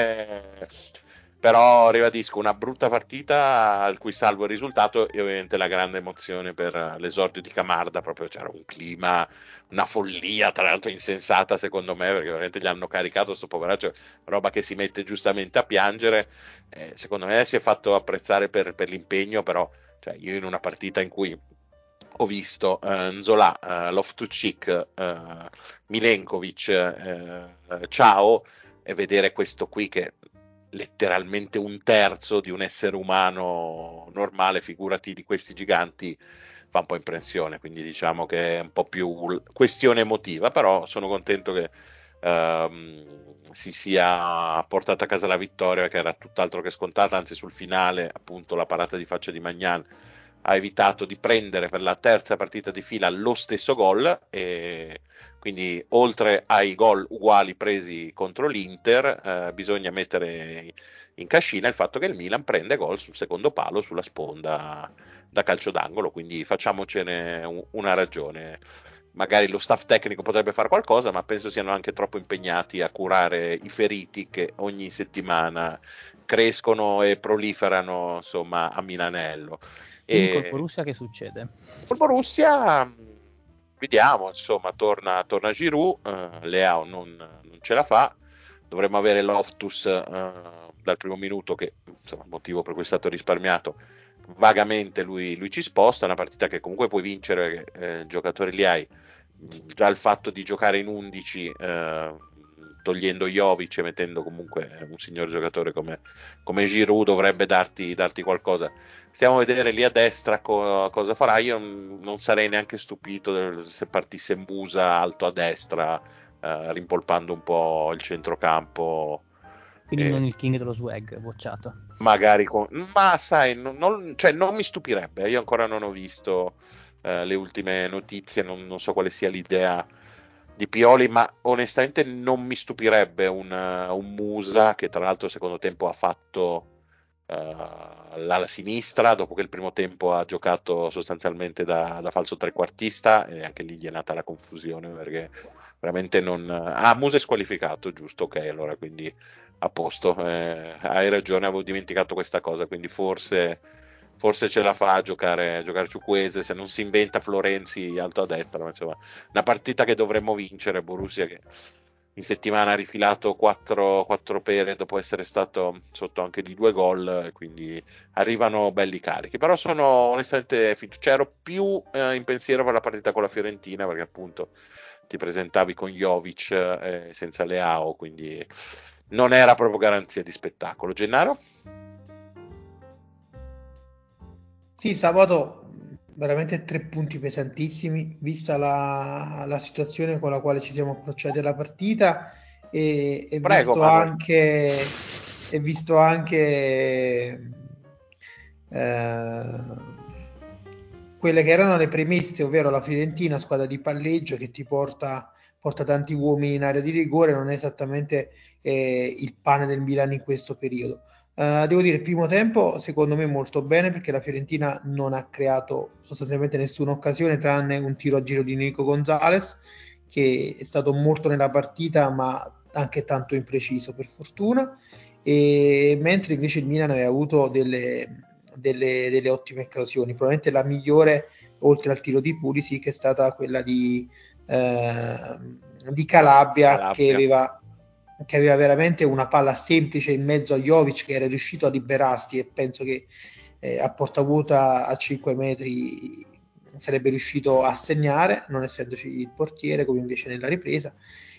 Però ribadisco, una brutta partita al cui salvo il risultato e ovviamente la grande emozione per l'esordio di Camarda. Proprio c'era un clima, una follia, tra l'altro insensata secondo me, perché veramente gli hanno caricato sto poveraccio, roba che si mette giustamente a piangere. Eh, secondo me si è fatto apprezzare per, per l'impegno, però cioè, io in una partita in cui ho visto eh, Nzola, eh, Loftus-Cheek, eh, Milenkovic, eh, Ciao, e vedere questo qui che letteralmente un terzo di un essere umano normale, figurati di questi giganti, fa un po' impressione. Quindi diciamo che è un po' più questione emotiva, però sono contento che ehm, si sia portata a casa la vittoria, che era tutt'altro che scontata. Anzi, sul finale appunto la parata di faccia di Magnan ha evitato di prendere per la terza partita di fila lo stesso gol, e quindi oltre ai gol uguali presi contro l'Inter eh, bisogna mettere in cascina il fatto che il Milan prende gol sul secondo palo, sulla sponda da calcio d'angolo, quindi facciamocene una ragione. Magari lo staff tecnico potrebbe fare qualcosa, ma penso siano anche troppo impegnati a curare i feriti che ogni settimana crescono e proliferano, insomma, a Milanello. Quindi col E Borussia che succede? col Borussia vediamo, insomma, torna, torna Giroud, eh, Leao non, non ce la fa, dovremmo avere Loftus eh, dal primo minuto, che insomma, il motivo per cui è stato risparmiato, vagamente lui, lui ci sposta. È una partita che comunque puoi vincere, perché eh, giocatori li hai, già il fatto di giocare in undici eh, togliendo Jovic e mettendo comunque un signor giocatore come, come Giroud dovrebbe darti, darti qualcosa. Stiamo a vedere lì a destra co- cosa farà. Io non, non sarei neanche stupito del- se partisse Musa alto a destra, eh, rimpolpando un po' il centrocampo. Quindi eh, non il king dello swag, bocciato. Magari con... ma sai, non, non- cioè, non mi stupirebbe. Io ancora non ho visto eh, le ultime notizie, non, non so quale sia l'idea di Pioli, ma onestamente non mi stupirebbe un, uh, un Musa che tra l'altro secondo tempo ha fatto uh, l'ala sinistra, dopo che il primo tempo ha giocato sostanzialmente da, da falso trequartista, e anche lì gli è nata la confusione perché veramente non... Ah, Musa è squalificato, giusto, ok, allora quindi a posto, eh, hai ragione, avevo dimenticato questa cosa, quindi forse, forse ce la fa a giocare, a giocare Ciukwueze, se non si inventa Florenzi alto a destra, ma insomma una partita che dovremmo vincere. Borussia che in settimana ha rifilato quattro pere dopo essere stato sotto anche di due gol, quindi arrivano belli carichi, però sono onestamente cioè, ero più eh, in pensiero per la partita con la Fiorentina, perché appunto ti presentavi con Jovic eh, senza Leao, quindi non era proprio garanzia di spettacolo. Gennaro? Sì, sabato veramente tre punti pesantissimi, vista la, la situazione con la quale ci siamo approcciati alla partita e, e Prego, visto Manuel. anche, e visto anche eh, quelle che erano le premesse, ovvero la Fiorentina, squadra di palleggio che ti porta, porta tanti uomini in area di rigore, non è esattamente eh, il pane del Milan in questo periodo. Uh, devo dire, il primo tempo secondo me molto bene perché la Fiorentina non ha creato sostanzialmente nessuna occasione tranne un tiro a giro di Nico Gonzalez che è stato molto nella partita ma anche tanto impreciso per fortuna, e mentre invece il Milan aveva avuto delle, delle, delle ottime occasioni, probabilmente la migliore oltre al tiro di Pulisic è stata quella di, eh, di Calabria, Calabria. che aveva che aveva veramente una palla semplice in mezzo a Jovic che era riuscito a liberarsi, e penso che eh, a porta vuota a cinque metri sarebbe riuscito a segnare, non essendoci il portiere come invece nella ripresa,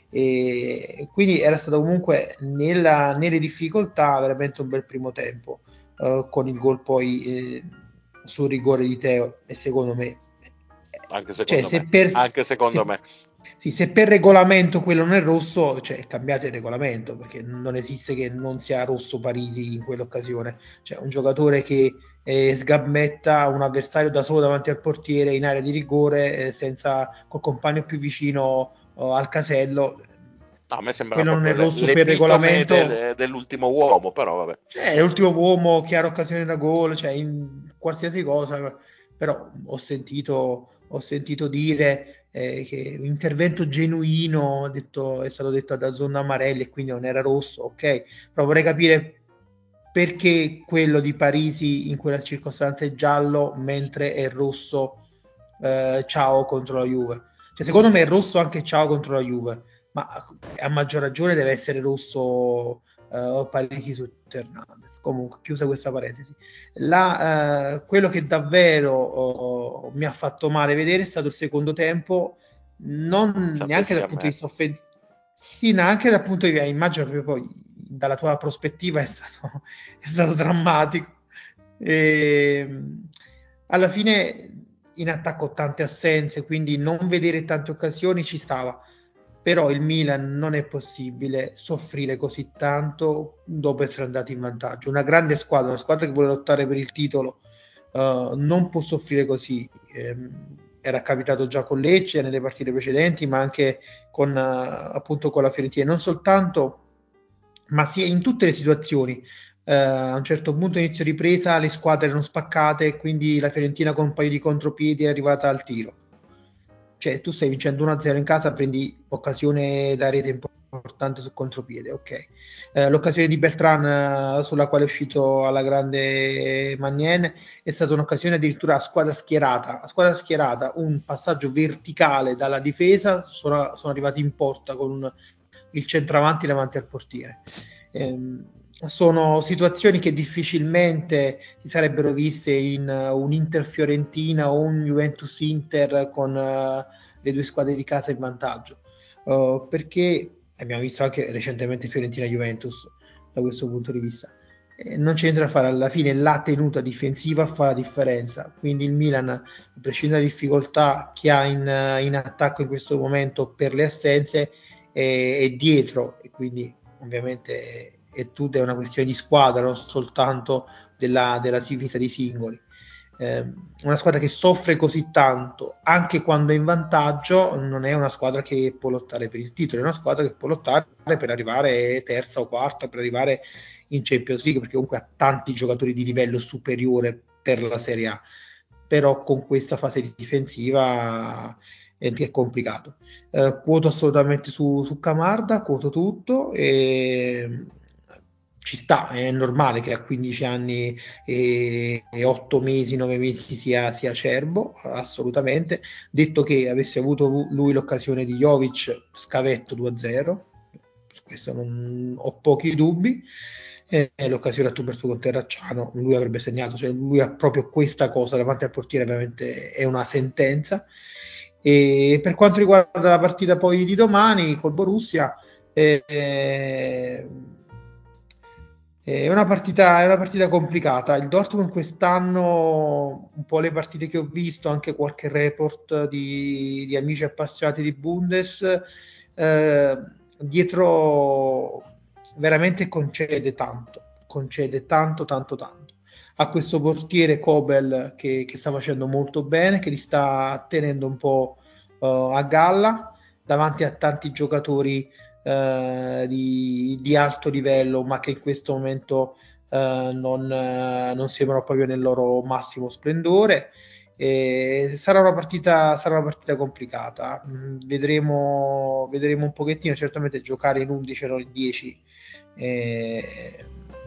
e quindi era stato comunque nella, nelle difficoltà veramente un bel primo tempo, eh, con il gol poi eh, sul rigore di Teo, e secondo me Anche cioè, secondo se me, per, anche secondo se, me. sì, se per regolamento quello non è rosso, cioè cambiate il regolamento, perché non esiste che non sia rosso Parisi in quell'occasione. Cioè un giocatore che eh, sgammetta un avversario da solo davanti al portiere in area di rigore, eh, senza col compagno più vicino eh, al casello. No, a me sembrava Quello non proprio è le- rosso per l'epitome regolamento. de- dell'ultimo uomo, però vabbè. Cioè, è l'ultimo uomo, chiara occasione da gol, cioè in qualsiasi cosa, però ho sentito, ho sentito dire eh, che un intervento genuino detto, è stato detto da Zonna Amarelli e quindi non era rosso, ok, però vorrei capire perché quello di Parisi in quella circostanza è giallo mentre è rosso eh, Ciao contro la Juve. Cioè, secondo me è rosso anche Ciao contro la Juve, ma a maggior ragione deve essere rosso uh, Parisi su Hernandez. Comunque, chiusa questa parentesi, la, uh, quello che davvero uh, mi ha fatto male vedere è stato il secondo tempo, non neanche Sapessi dal a punto di me. vista offensivo, sì, neanche dal punto di vista, immagino che poi dalla tua prospettiva è stato, è stato drammatico. E, alla fine in attacco tante assenze, quindi non vedere tante occasioni ci stava, però il Milan non è possibile soffrire così tanto dopo essere andati in vantaggio. Una grande squadra, una squadra che vuole lottare per il titolo, uh, non può soffrire così. Eh, era capitato già con Lecce nelle partite precedenti, ma anche con, uh, appunto con la Fiorentina, non soltanto, ma sia in tutte le situazioni. Uh, a un certo punto inizio ripresa le squadre erano spaccate, quindi la Fiorentina con un paio di contropiedi è arrivata al tiro. Cioè tu stai vincendo uno a zero in casa, prendi occasione da rete importante sul contropiede, ok. Eh, l'occasione di Beltran, eh, sulla quale è uscito alla grande Magnien, è stata un'occasione addirittura a squadra schierata, a squadra schierata un passaggio verticale dalla difesa, sono, sono arrivati in porta con un, il centravanti davanti al portiere. Ehm, sono situazioni che difficilmente si sarebbero viste in uh, un Inter Fiorentina o un Juventus Inter con uh, le due squadre di casa in vantaggio, uh, perché abbiamo visto anche recentemente Fiorentina-Juventus da questo punto di vista. Eh, non c'è niente da fare, alla fine la tenuta difensiva fa la differenza, quindi il Milan, a prescindere dalle difficoltà che ha in, in attacco in questo momento per le assenze, è, è dietro, e quindi ovviamente è tutta una questione di squadra, non soltanto della, della difesa di singoli. Eh, una squadra che soffre così tanto anche quando è in vantaggio non è una squadra che può lottare per il titolo, è una squadra che può lottare per arrivare terza o quarta, per arrivare in Champions League, perché comunque ha tanti giocatori di livello superiore per la Serie A, però con questa fase difensiva è, è complicato. Eh, quoto assolutamente su, su Camarda, quoto tutto, e ci sta, è normale che a quindici anni e, e otto mesi, nove mesi sia, sia acerbo, assolutamente. Detto che avesse avuto lui l'occasione di Jovic, scavetto due a zero, su questo non ho pochi dubbi. E l'occasione a Tuberto con Terracciano, lui avrebbe segnato, cioè lui ha proprio questa cosa davanti al portiere, veramente è una sentenza. E per quanto riguarda la partita poi di domani col Borussia, eh, è una partita, è una partita complicata. Il Dortmund quest'anno, un po' le partite che ho visto, anche qualche report di, di amici appassionati di Bundes, eh, dietro veramente concede tanto, concede tanto, tanto, tanto. Ha questo portiere Kobel che, che sta facendo molto bene, che li sta tenendo un po' uh, a galla davanti a tanti giocatori uh, di, di alto livello, ma che in questo momento uh, non, uh, non sembrano proprio nel loro massimo splendore. E sarà una partita sarà una partita complicata. Mm, vedremo vedremo un pochettino, certamente giocare in undici o in dieci eh,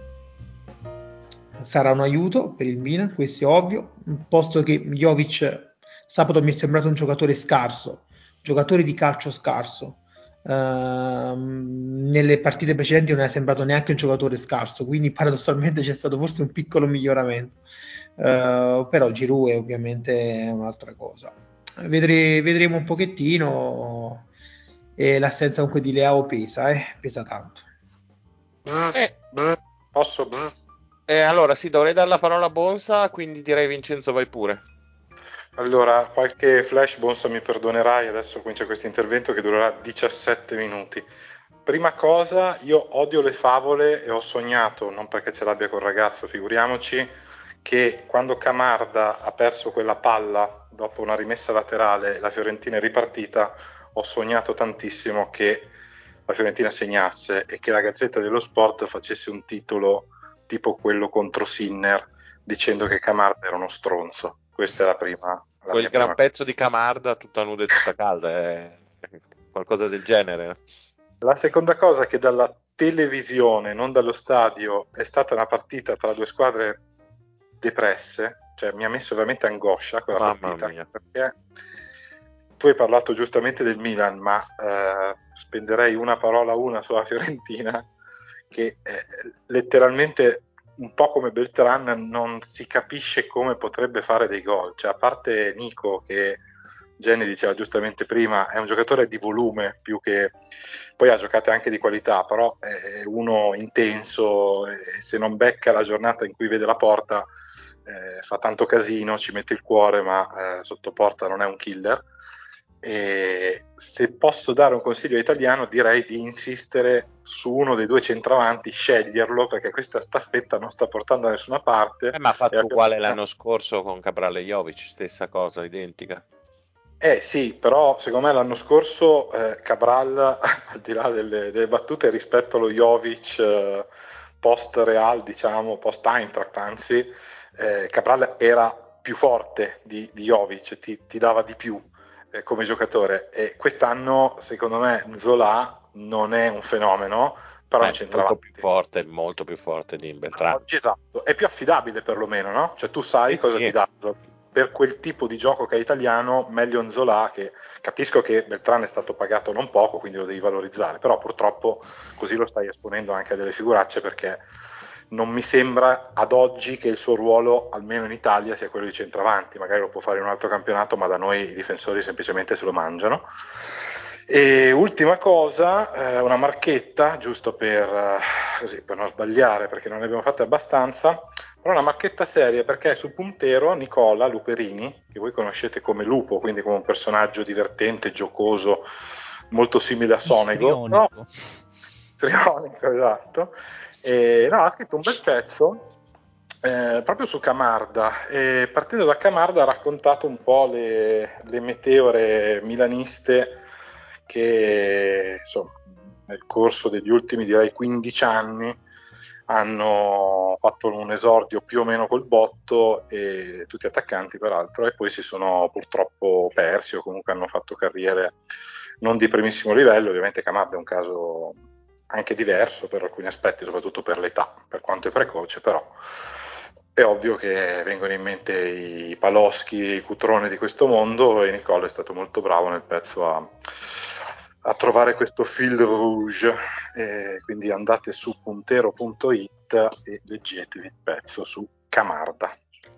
sarà un aiuto per il Milan, questo è ovvio, posto che Jovic sabato mi è sembrato un giocatore scarso, giocatore di calcio scarso. Uh, nelle partite precedenti non è sembrato neanche un giocatore scarso, quindi paradossalmente c'è stato forse un piccolo miglioramento. Uh, però Giroud è ovviamente un'altra cosa. Vedre, vedremo un pochettino, e l'assenza comunque di Leao pesa, eh? Pesa tanto. Eh, Posso? eh, allora sì, dovrei dare la parola a Bonsa, quindi direi Vincenzo vai pure. Allora, qualche flash, Bonsa mi perdonerai, adesso comincia questo intervento che durerà diciassette minuti. Prima cosa, io odio le favole e ho sognato, non perché ce l'abbia col ragazzo, figuriamoci, che quando Camarda ha perso quella palla dopo una rimessa laterale, la Fiorentina è ripartita, ho sognato tantissimo che la Fiorentina segnasse e che la Gazzetta dello Sport facesse un titolo tipo quello contro Sinner, dicendo che Camarda era uno stronzo. Questa è la prima. La Quel mia gran prima... pezzo di Camarda, tutta nuda e tutta calda, è qualcosa del genere. La seconda cosa è che dalla televisione, non dallo stadio, è stata una partita tra due squadre depresse, cioè mi ha messo veramente angoscia quella Mamma partita, mia. perché tu hai parlato giustamente del Milan, ma eh, spenderei una parola una sulla Fiorentina, che eh, letteralmente un po' come Beltran non si capisce come potrebbe fare dei gol, cioè a parte Nico che Jenny diceva giustamente prima, è un giocatore di volume più che, poi ha giocate anche di qualità, però è uno intenso e se non becca la giornata in cui vede la porta eh, fa tanto casino, ci mette il cuore, ma eh, sotto porta non è un killer. E se posso dare un consiglio italiano, direi di insistere su uno dei due centravanti, sceglierlo, perché questa staffetta non sta portando da nessuna parte. Eh, ma ha fatto e uguale abbiamo... l'anno scorso con Cabral e Jovic, stessa cosa, identica. Eh sì, però secondo me l'anno scorso eh, Cabral, al di là delle, delle battute rispetto allo Jovic eh, post Real, diciamo, post Eintracht anzi, eh, Cabral era più forte di, di Jovic, ti, ti dava di più eh, come giocatore, e quest'anno secondo me Zola non è un fenomeno, però Beh, non c'entra molto avanti. più forte, molto più forte di Beltrán. Oggi esatto, è più affidabile perlomeno, no? Cioè tu sai Eh cosa sì. ti dà. Per quel tipo di gioco che è italiano, meglio Nzola, che capisco che Beltrán è stato pagato non poco, quindi lo devi valorizzare, però purtroppo così lo stai esponendo anche a delle figuracce, perché non mi sembra ad oggi che il suo ruolo, almeno in Italia, sia quello di centravanti. Magari lo può fare in un altro campionato, ma da noi i difensori semplicemente se lo mangiano. E ultima cosa, eh, una marchetta, giusto per, eh, così, per non sbagliare, perché non ne abbiamo fatte abbastanza, però una marchetta seria, perché su Puntero Nicola Luperini, che voi conoscete come Lupo, quindi come un personaggio divertente, giocoso, molto simile a Sonego, no? Strionico, esatto, e, no, ha scritto un bel pezzo eh, proprio su Camarda, e partendo da Camarda ha raccontato un po' le, le meteore milaniste che insomma, nel corso degli ultimi direi quindici anni hanno fatto un esordio più o meno col botto, e tutti attaccanti peraltro, e poi si sono purtroppo persi o comunque hanno fatto carriere non di primissimo livello. Ovviamente Camarda è un caso anche diverso per alcuni aspetti, soprattutto per l'età, per quanto è precoce, però è ovvio che vengono in mente i Paloschi e i Cutrone di questo mondo, e Nicola è stato molto bravo nel pezzo a, a trovare questo fil rouge, e quindi andate su puntero punto it e leggetevi il pezzo su Camarda.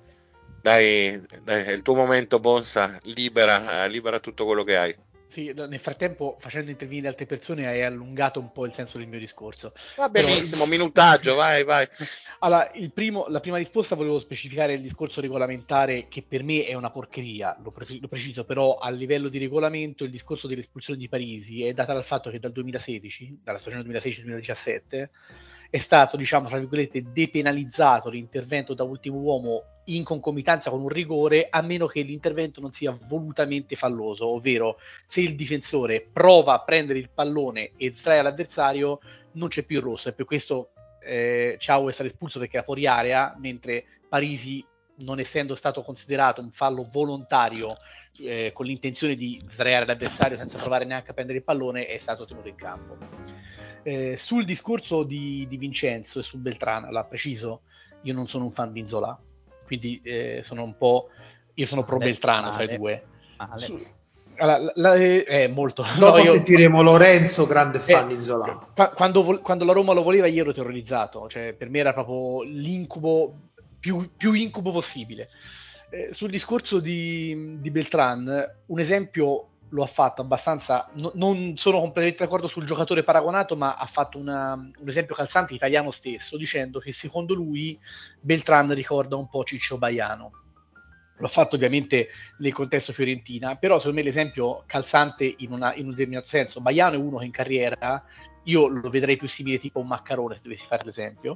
Dai, dai, è il tuo momento, Bonsa, libera, libera tutto quello che hai. Sì, nel frattempo, facendo intervenire altre persone, hai allungato un po' il senso del mio discorso. Va benissimo, Però... minutaggio, vai, vai. Allora, il primo, la prima risposta volevo specificare il discorso regolamentare, che per me è una porcheria, lo, pre- lo preciso, però a livello di regolamento il discorso dell'espulsione di Parisi è data dal fatto che dal duemilasedici, dalla stagione duemilasedici duemiladiciassette, è stato, diciamo, tra virgolette, depenalizzato l'intervento da ultimo uomo in concomitanza con un rigore, a meno che l'intervento non sia volutamente falloso, ovvero se il difensore prova a prendere il pallone e sdraia l'avversario, non c'è più il rosso, e per questo eh, Ciao è stato espulso perché era fuori area, mentre Parisi, non essendo stato considerato un fallo volontario eh, con l'intenzione di sdraiare l'avversario senza provare neanche a prendere il pallone, è stato tenuto in campo. Eh, sul discorso di, di Vincenzo e su Beltrán, l'ha preciso, io non sono un fan di Nzola, quindi eh, sono un po', io sono pro Beltrán fra i due. Su, allora, la, la, è molto. Dopo no, io, sentiremo Lorenzo, grande fan eh, di Nzola. Quando, quando la Roma lo voleva, io ero terrorizzato, cioè per me era proprio l'incubo più, più incubo possibile. Eh, sul discorso di, di Beltrán, un esempio lo ha fatto abbastanza, no, non sono completamente d'accordo sul giocatore paragonato, ma ha fatto una, un esempio calzante italiano stesso, dicendo che secondo lui Beltrán ricorda un po' Ciccio Baiano. L'ho fatto ovviamente nel contesto fiorentina, però secondo me l'esempio calzante in, una, in un determinato senso. Baiano è uno che in carriera, io lo vedrei più simile tipo a un Maccarone, se dovessi fare l'esempio,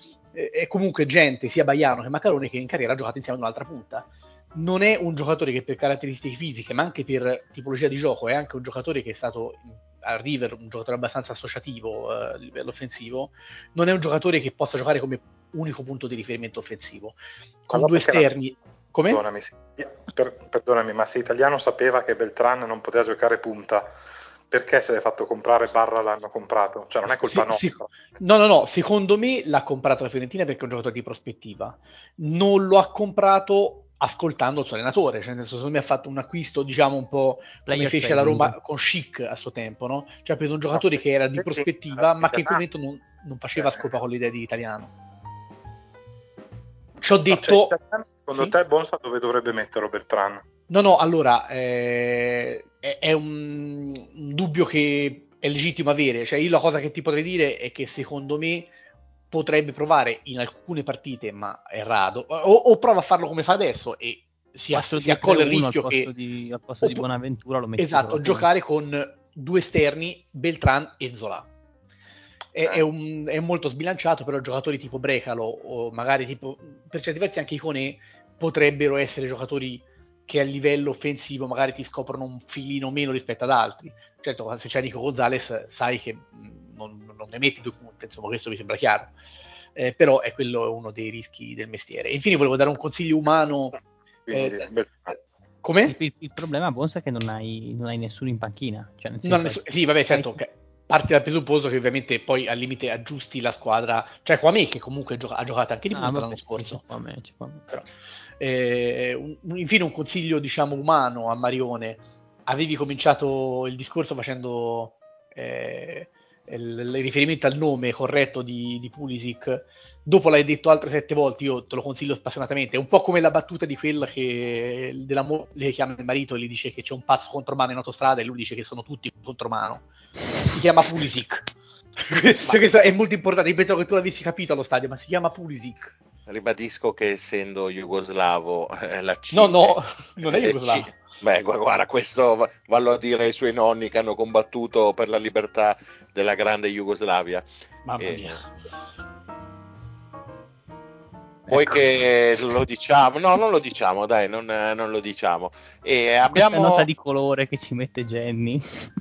è comunque gente, sia Baiano che Maccarone, che in carriera ha giocato insieme ad un'altra punta. Non è un giocatore che per caratteristiche fisiche, ma anche per tipologia di gioco, è anche un giocatore che è stato a River un giocatore abbastanza associativo eh, a livello offensivo. Non è un giocatore che possa giocare come unico punto di riferimento offensivo. Con allora, due esterni... La... Come? Perdonami, per, perdonami, ma se Italiano sapeva che Beltrán non poteva giocare punta, perché se l'è fatto comprare barra l'hanno comprato? Cioè non è colpa sì, nostra. Sì, no, no, no, secondo me l'ha comprato la Fiorentina perché è un giocatore di prospettiva. Non lo ha comprato ascoltando il suo allenatore, cioè nel senso, secondo me ha fatto un acquisto, diciamo, un po' come fece trading. La Roma con Schick a suo tempo, no? Cioè ha preso un giocatore no, che era di prospettiva, ma che in quel momento non, non faceva eh. scopa con l'idea di Italiano. Ci ho detto... No, cioè, secondo sì? te Bonsa dove dovrebbe metterlo Beltrán? No, no, allora, eh, è, è un, un dubbio che è legittimo avere. Cioè, io la cosa che ti potrei dire è che secondo me potrebbe provare in alcune partite, ma è raro, o, o prova a farlo come fa adesso e si, ass- si accolla il rischio al posto che... Di, al posto di Bonaventura lo metti esatto, giocare con due esterni, Beltrán e Nzola. È, è, un, è molto sbilanciato, però giocatori tipo Brecalo o magari tipo, per certi versi anche Iconè, potrebbero essere giocatori che a livello offensivo magari ti scoprono un filino meno rispetto ad altri. Certo, se c'è Nico Gonzalez sai che non, non ne metti due punti, insomma, questo mi sembra chiaro. Eh, però è quello uno dei rischi del mestiere. E infine volevo dare un consiglio umano. Quindi, eh, come? Il, il problema, Bonsa, è che non hai, non hai nessuno in panchina. Cioè, nel senso, nessuno, sì, vabbè, certo, hai... okay. Parti dal presupposto che ovviamente poi al limite aggiusti la squadra, cioè Kwame che comunque gioca- ha giocato anche di punta ah, l'anno scorso. Sì, Kwame, Kwame. Però, eh, un, infine un consiglio, diciamo, umano a Marione. Avevi cominciato il discorso facendo eh, il, il riferimento al nome corretto di, di Pulisic, dopo l'hai detto altre sette volte, io te lo consiglio spassionatamente. È un po' come la battuta di quella che della moglie che chiama il marito e gli dice che c'è un pazzo contromano in autostrada e lui dice che sono tutti contromano. Si chiama Pulisic. Cioè, questo è molto importante. Io penso che tu l'avessi capito allo stadio, ma si chiama Pulisic. Ribadisco che essendo jugoslavo eh, la C No, no, non è eh, jugoslavo. C- Beh, gu- guarda, questo va- vallo a dire ai suoi nonni che hanno combattuto per la libertà della grande Jugoslavia. Mamma Eh, mia. Poi Ecco. che lo diciamo, no, non lo diciamo, dai, non, non lo diciamo. E Questa abbiamo. nota di colore che ci mette Jenny.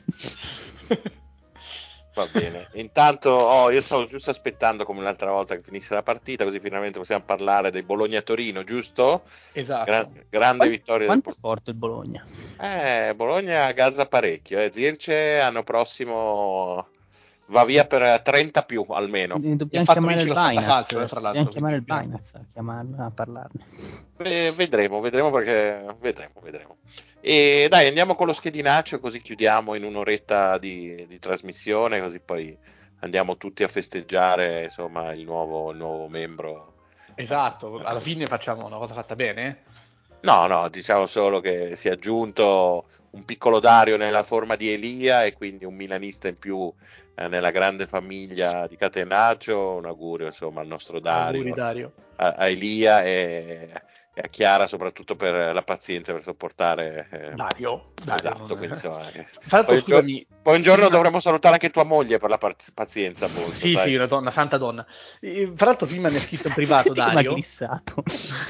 Va bene. Intanto, oh, io stavo giusto aspettando come l'altra volta che finisse la partita, così finalmente possiamo parlare del Bologna-Torino, giusto? Esatto. Gra- grande Quanto, vittoria quanto del è forte il Bologna? Eh, Bologna gasa parecchio, eh. Zirce l'anno prossimo va via per trenta più almeno. Ne dobbiamo Infatti chiamare vince il lo Fantacalcio, Binance. eh, fra Dobbiamo l'altro, chiamare il quindi Binance a, chiamarlo, a parlarne. Eh, vedremo, vedremo perché vedremo, vedremo. E dai, andiamo con lo schedinaccio così chiudiamo in un'oretta di, di trasmissione, così poi andiamo tutti a festeggiare, insomma, il nuovo, il nuovo membro. esatto, alla fine facciamo una cosa fatta bene. eh? No, no, diciamo solo che si è aggiunto un piccolo Dario nella forma di Elia e quindi un milanista in più eh, nella grande famiglia di Catenaccio. Un augurio, insomma, al nostro Auguri Dario, Dario. a, a Elia e, e a Chiara soprattutto per la pazienza per sopportare. eh, Dario, Dario esatto, non... quindi insomma, eh, Fra l'altro poi, un giorno, scusami, poi un giorno prima... dovremmo salutare anche tua moglie per la paz- pazienza, Bonzo, Sì, sai? sì, una donna, santa donna. E, fra l'altro prima mi ha scritto in privato Senti come ha Dario. glissato.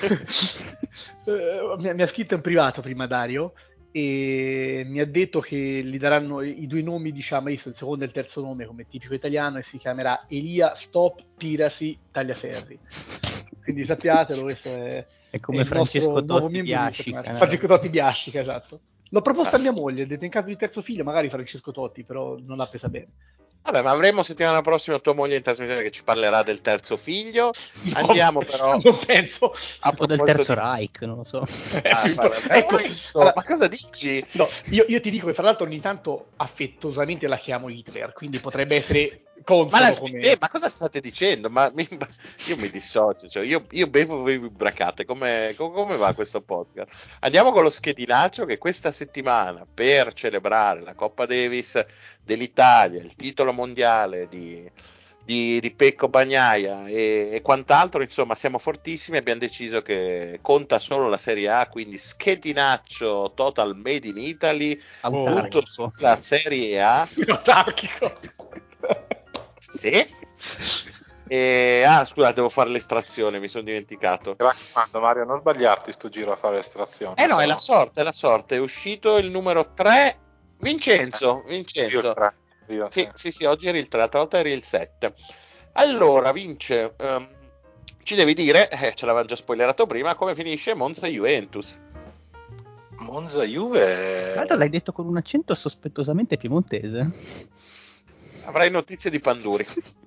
Eh, mi, mi ha scritto in privato prima Dario e mi ha detto che gli daranno i, i due nomi, diciamo, io il secondo e il terzo nome come tipico italiano e si chiamerà Elia Stop Pirasi Tagliaferri. Quindi sappiatelo, questo è, È è come il Francesco nostro nuovo Totti membro di Biascica, Catenaccio. una Francesco roba. Totti Biascica, esatto. L'ho proposto Ah. a mia moglie, ho detto in caso di terzo figlio magari Francesco Totti, però non l'ha presa bene. Vabbè, ma avremo settimana prossima tua moglie in trasmissione che ci parlerà del terzo figlio. No, Andiamo però non penso. a O del proposito terzo di... Reich, non lo so. Ah, Ecco, guarda, ecco, Lorenzo, allora- ma cosa dici? No, io, io ti dico che fra l'altro ogni tanto affettuosamente la chiamo Hitler, quindi potrebbe essere Ma, la, consono sp- come... eh, ma cosa state dicendo? Ma mi- ma- io mi dissocio, cioè io, io bevo voi vi bracate. Come, co- come va questo podcast? Andiamo con lo schedinaccio che questa settimana per celebrare la Coppa Davis dell'Italia, il titolo mondiale di, di, di Pecco Bagnaia e, e quant'altro, insomma, siamo fortissimi. Abbiamo deciso che conta solo la Serie A, quindi schedinaccio total made in Italy, Autarchico. tutto la Serie A. autarchico. Sì. E, ah, scusa, devo fare l'estrazione, mi sono dimenticato. Mi raccomando, Mario, non sbagliarti sto giro a fare l'estrazione. Eh no, è però. la sorte, è la sorte. È uscito il numero tre. Vincenzo, Io Vincenzo. tre, io, Sì, sì. sì, sì, oggi eri il tre, l'altra volta eri il sette. Allora, Vince, ehm, ci devi dire, eh, ce l'avevamo già spoilerato prima, come finisce Monza Juventus. Monza Juve. Tra l'altro l'hai detto con un accento sospettosamente piemontese. Avrai notizie di Panduri.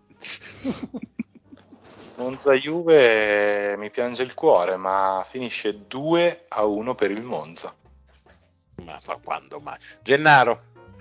Monza Juve mi piange il cuore, ma finisce due a uno per il Monza. Ma fa quando mai? Gennaro.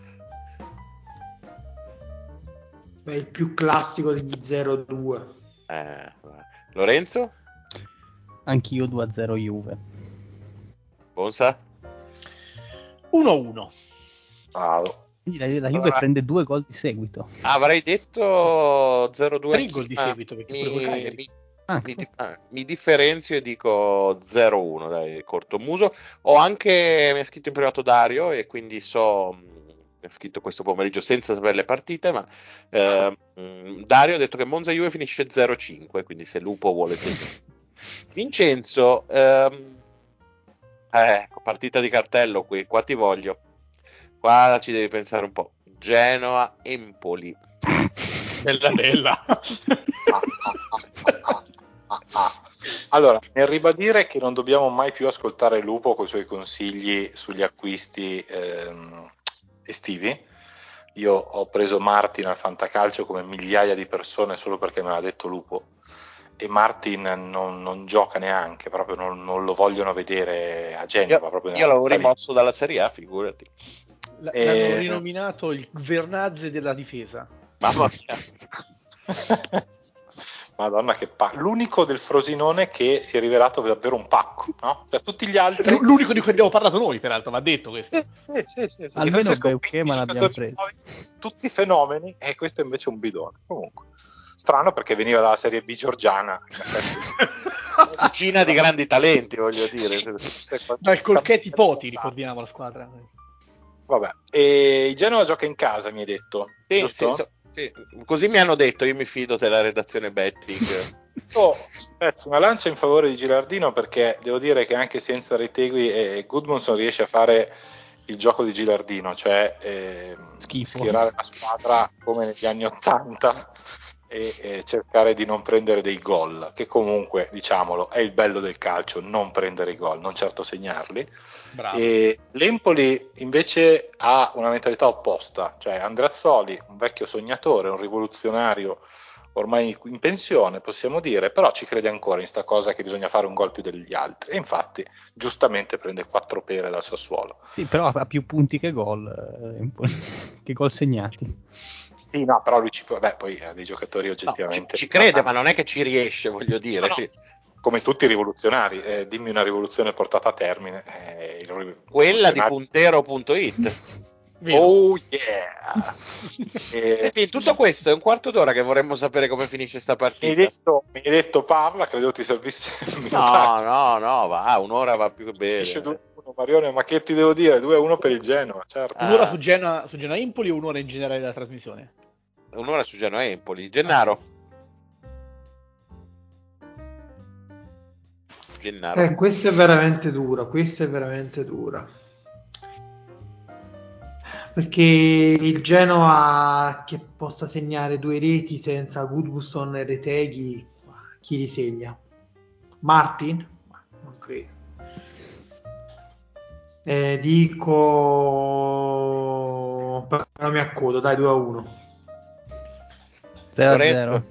Beh, il più classico degli zero due. Eh, Lorenzo? Anch'io due a zero Juve. Bonsa? uno a uno. Bravo. Quindi la, la Juve Allora, prende due gol di seguito. avrei detto zero due Tre gol di seguito, perché pure col mi, Cagliari. mi, Ah, mi, di- ah, mi differenzio e dico zero uno, dai, cortomuso. Ho anche, mi ha scritto in privato Dario e quindi so, mi ha scritto questo pomeriggio senza sapere le partite, ma eh, Dario ha detto che Monza Juve finisce zero cinque, quindi se Lupo vuole seguire. Vincenzo, ehm, eh, partita di cartello qui, qua ti voglio. Qua ci devi pensare un po'. Genoa, Empoli. Bella bella. Ah, ah, ah, ah, ah. Allora, nel ribadire che non dobbiamo mai più ascoltare Lupo con i suoi consigli sugli acquisti ehm, estivi, io ho preso Martin al Fantacalcio come migliaia di persone solo perché me l'ha detto Lupo, e Martin non, non gioca neanche, proprio non, non lo vogliono vedere a Genova. Io, Proprio io l'avevo nella- rimosso dalla Serie A, figurati. L- E- L'hanno rinominato il Vernazze della difesa. Mamma mia. Madonna che pacco. L'unico del Frosinone che si è rivelato davvero un pacco, no? Per tutti gli altri... L- l'unico di cui abbiamo parlato noi, peraltro, va detto questo. Sì, sì, sì, sì, sì. Almeno Francesco, Beuchema l'abbiamo preso. nuovi, tutti fenomeni, e questo invece è un bidone. Comunque, strano perché veniva dalla Serie B georgiana. Una fucina di grandi talenti, voglio dire. Sì, Dal Colchetti Poti, ricordiamo la squadra. Vabbè, e il Genoa gioca in casa, mi hai detto, Sì, giusto? sì, so, sì. Così mi hanno detto, io mi fido della redazione betting. Io spezzo una lancia in favore di Gilardino, perché devo dire che anche senza Retegui eh, Goodmanson riesce a fare il gioco di Gilardino, cioè eh, schierare la squadra come negli anni ottanta e, e cercare di non prendere dei gol, che comunque, diciamolo, è il bello del calcio, non prendere i gol, non certo segnarli. Bravo. E l'Empoli invece ha una mentalità opposta, cioè Andreazzoli, un vecchio sognatore, un rivoluzionario ormai in pensione, possiamo dire, però ci crede ancora in sta cosa che bisogna fare un gol più degli altri, e infatti giustamente prende quattro pere dal Sassuolo. Sì, però ha più punti che gol, eh, che gol segnati. Sì, no, però lui ci può, beh, poi ha dei giocatori oggettivamente... No, ci, ci crede, ma non è che ci riesce, voglio dire, no, no. sì. Come tutti i rivoluzionari, eh, dimmi una rivoluzione portata a termine. Eh, il Quella di puntero punto it. Oh yeah! e... Senti, in tutto questo è un quarto d'ora che vorremmo sapere come finisce sta partita. Mi hai detto, mi hai detto Parla, credo ti servisse. No, no, no, va, un'ora va più che bene. due a uno, Marione, ma che ti devo dire? due a uno per il Genoa, certo. Ah. Un'ora su Genoa, su Genoa Empoli o un'ora in generale della trasmissione? Un'ora su Genoa Empoli. Gennaro. Gennaro. Eh, questa è veramente dura, questa è veramente dura. Perché il Genoa che possa segnare due reti senza Goodmanson e Retegui, chi li segna? Martin? Non credo. Eh, dico... però mi accodo, dai, due a uno. zero a zero.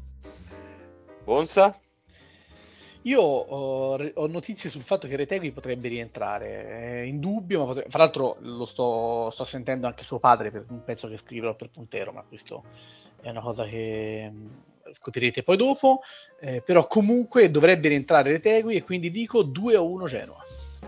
Bonsa? Io ho, ho notizie sul fatto che Retegui potrebbe rientrare, è in dubbio, ma potrebbe, fra l'altro lo sto, sto sentendo anche suo padre per un pezzo che scriverò per Puntero, ma questo è una cosa che mh, scoprirete poi dopo, eh, però comunque dovrebbe rientrare Retegui e quindi dico due a uno Genoa.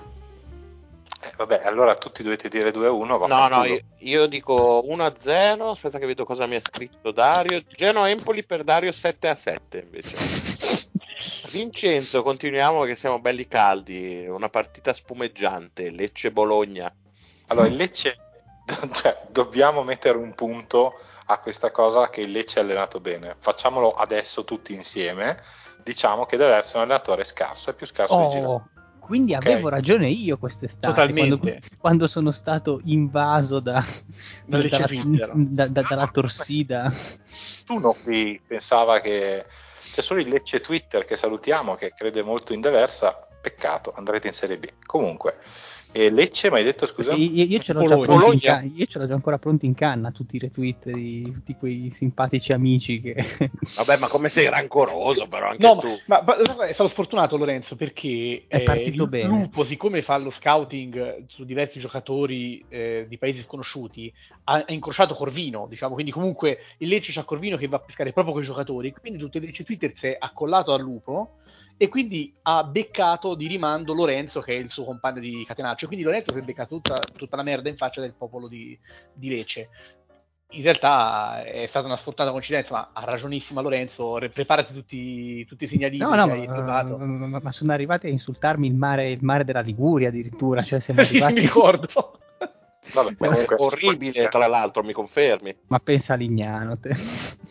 Eh, vabbè, allora tutti dovete dire due a uno. No, no, io, io dico uno a zero, aspetta che vedo cosa mi ha scritto Dario. Genoa Empoli per Dario sette a sette invece. Vincenzo, continuiamo che siamo belli caldi, una partita spumeggiante, Lecce-Bologna. Allora, il Lecce, cioè, dobbiamo mettere un punto a questa cosa che il Lecce è allenato bene. Facciamolo adesso tutti insieme. Diciamo che deve essere un allenatore scarso, è più scarso oh, di Gilardino. Quindi Okay. avevo ragione io quest'estate, Totalmente. quando, quando sono stato invaso da, da dalla, da, da, dalla Ah, torsida. Nessuno qui pensava che... C'è solo il Lecce Twitter, che salutiamo, che crede molto in Diversa. Peccato, andrete in Serie B. Comunque, e Lecce, mi hai detto, scusa? Io, io ce l'ho già Bologna. pronti in canna, io ce l'ho già ancora pronti in canna, tutti i retweet di tutti quei simpatici amici che... Vabbè, ma come sei rancoroso però anche No, tu. ma, ma, ma è stato sfortunato Lorenzo perché È partito eh, bene. Lupo, siccome fa lo scouting su diversi giocatori eh, di paesi sconosciuti, ha, ha incrociato Corvino, diciamo, quindi comunque il Lecce c'ha Corvino che va a pescare proprio con i giocatori, quindi tutto il Lecce Twitter si è accollato al Lupo e quindi ha beccato di rimando Lorenzo, che è il suo compagno di catenaccio, quindi Lorenzo si è beccato tutta, tutta la merda in faccia del popolo di, di Lecce. In realtà è stata una sfortunata coincidenza, ma ha ragionissima Lorenzo, preparati tutti, tutti i segnalini No, che no, hai salvato. ma, ma, ma sono arrivati a insultarmi il mare, il mare della Liguria addirittura, cioè siamo Sì, arrivati... mi ricordo. Vabbè, comunque, Orribile, tra l'altro, mi confermi? Ma pensa a Lignano, te.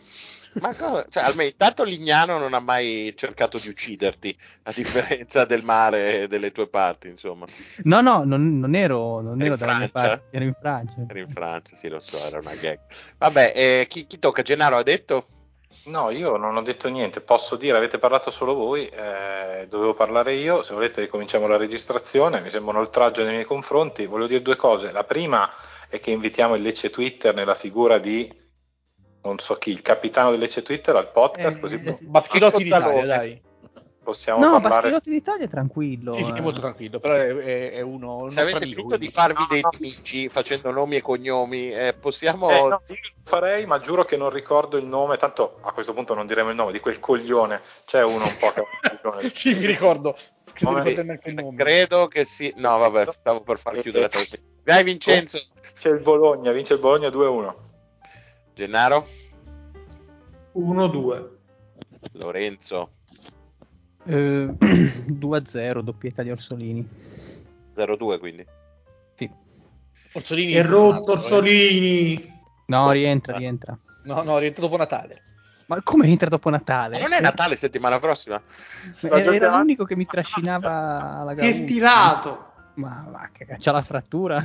Ma cosa? Cioè, almeno intanto Lignano non ha mai cercato di ucciderti, a differenza del mare e delle tue parti, insomma. No, no, non, non ero, non Eri ero in dalla mia Francia? parte, ero in Francia. Eri in Francia, sì, lo so, era una gag. Vabbè, eh, chi, chi tocca? Gennaro ha detto? no, io non ho detto niente, posso dire, avete parlato solo voi, eh, dovevo parlare io, se volete ricominciamo la registrazione, mi sembra un oltraggio nei miei confronti, voglio dire due cose, la prima è che invitiamo il Lecce Twitter nella figura di, non so chi, il capitano del Lecce Twitter al podcast, Eh, così eh, sì. Baschirotti Marco d'Italia, Zalone. dai. possiamo No, parlare... Baschielotti d'Italia è tranquillo. Sì, sì, è eh. molto tranquillo, però è, è, è uno... un Se avete amico, finito quindi- di farvi dei nemici facendo nomi e cognomi, eh, possiamo... Eh, no, io lo farei, ma giuro che non ricordo il nome, tanto a questo punto non diremo il nome, di quel coglione. C'è uno un po' che ha un coglione. Sì, mi ricordo. Credo Nome- di ricordarmi anche il nome. Credo che sì. No, vabbè, stavo per far E- chiudere la trasmissione. Dai, Vincenzo. C'è il Bologna, vince il Bologna due a uno. Gennaro. uno due. Lorenzo. Eh, due a zero, doppietta di Orsolini. zero due quindi. Sì. Orsolini È rotto eh. Orsolini. No, rientra, rientra. No, no, rientra dopo Natale. Ma come rientra dopo Ma Natale? non è Natale settimana prossima? Era, giochiamo- era l'unico che mi trascinava alla Si è gaussa. stirato. Ma va, che c'ha la frattura.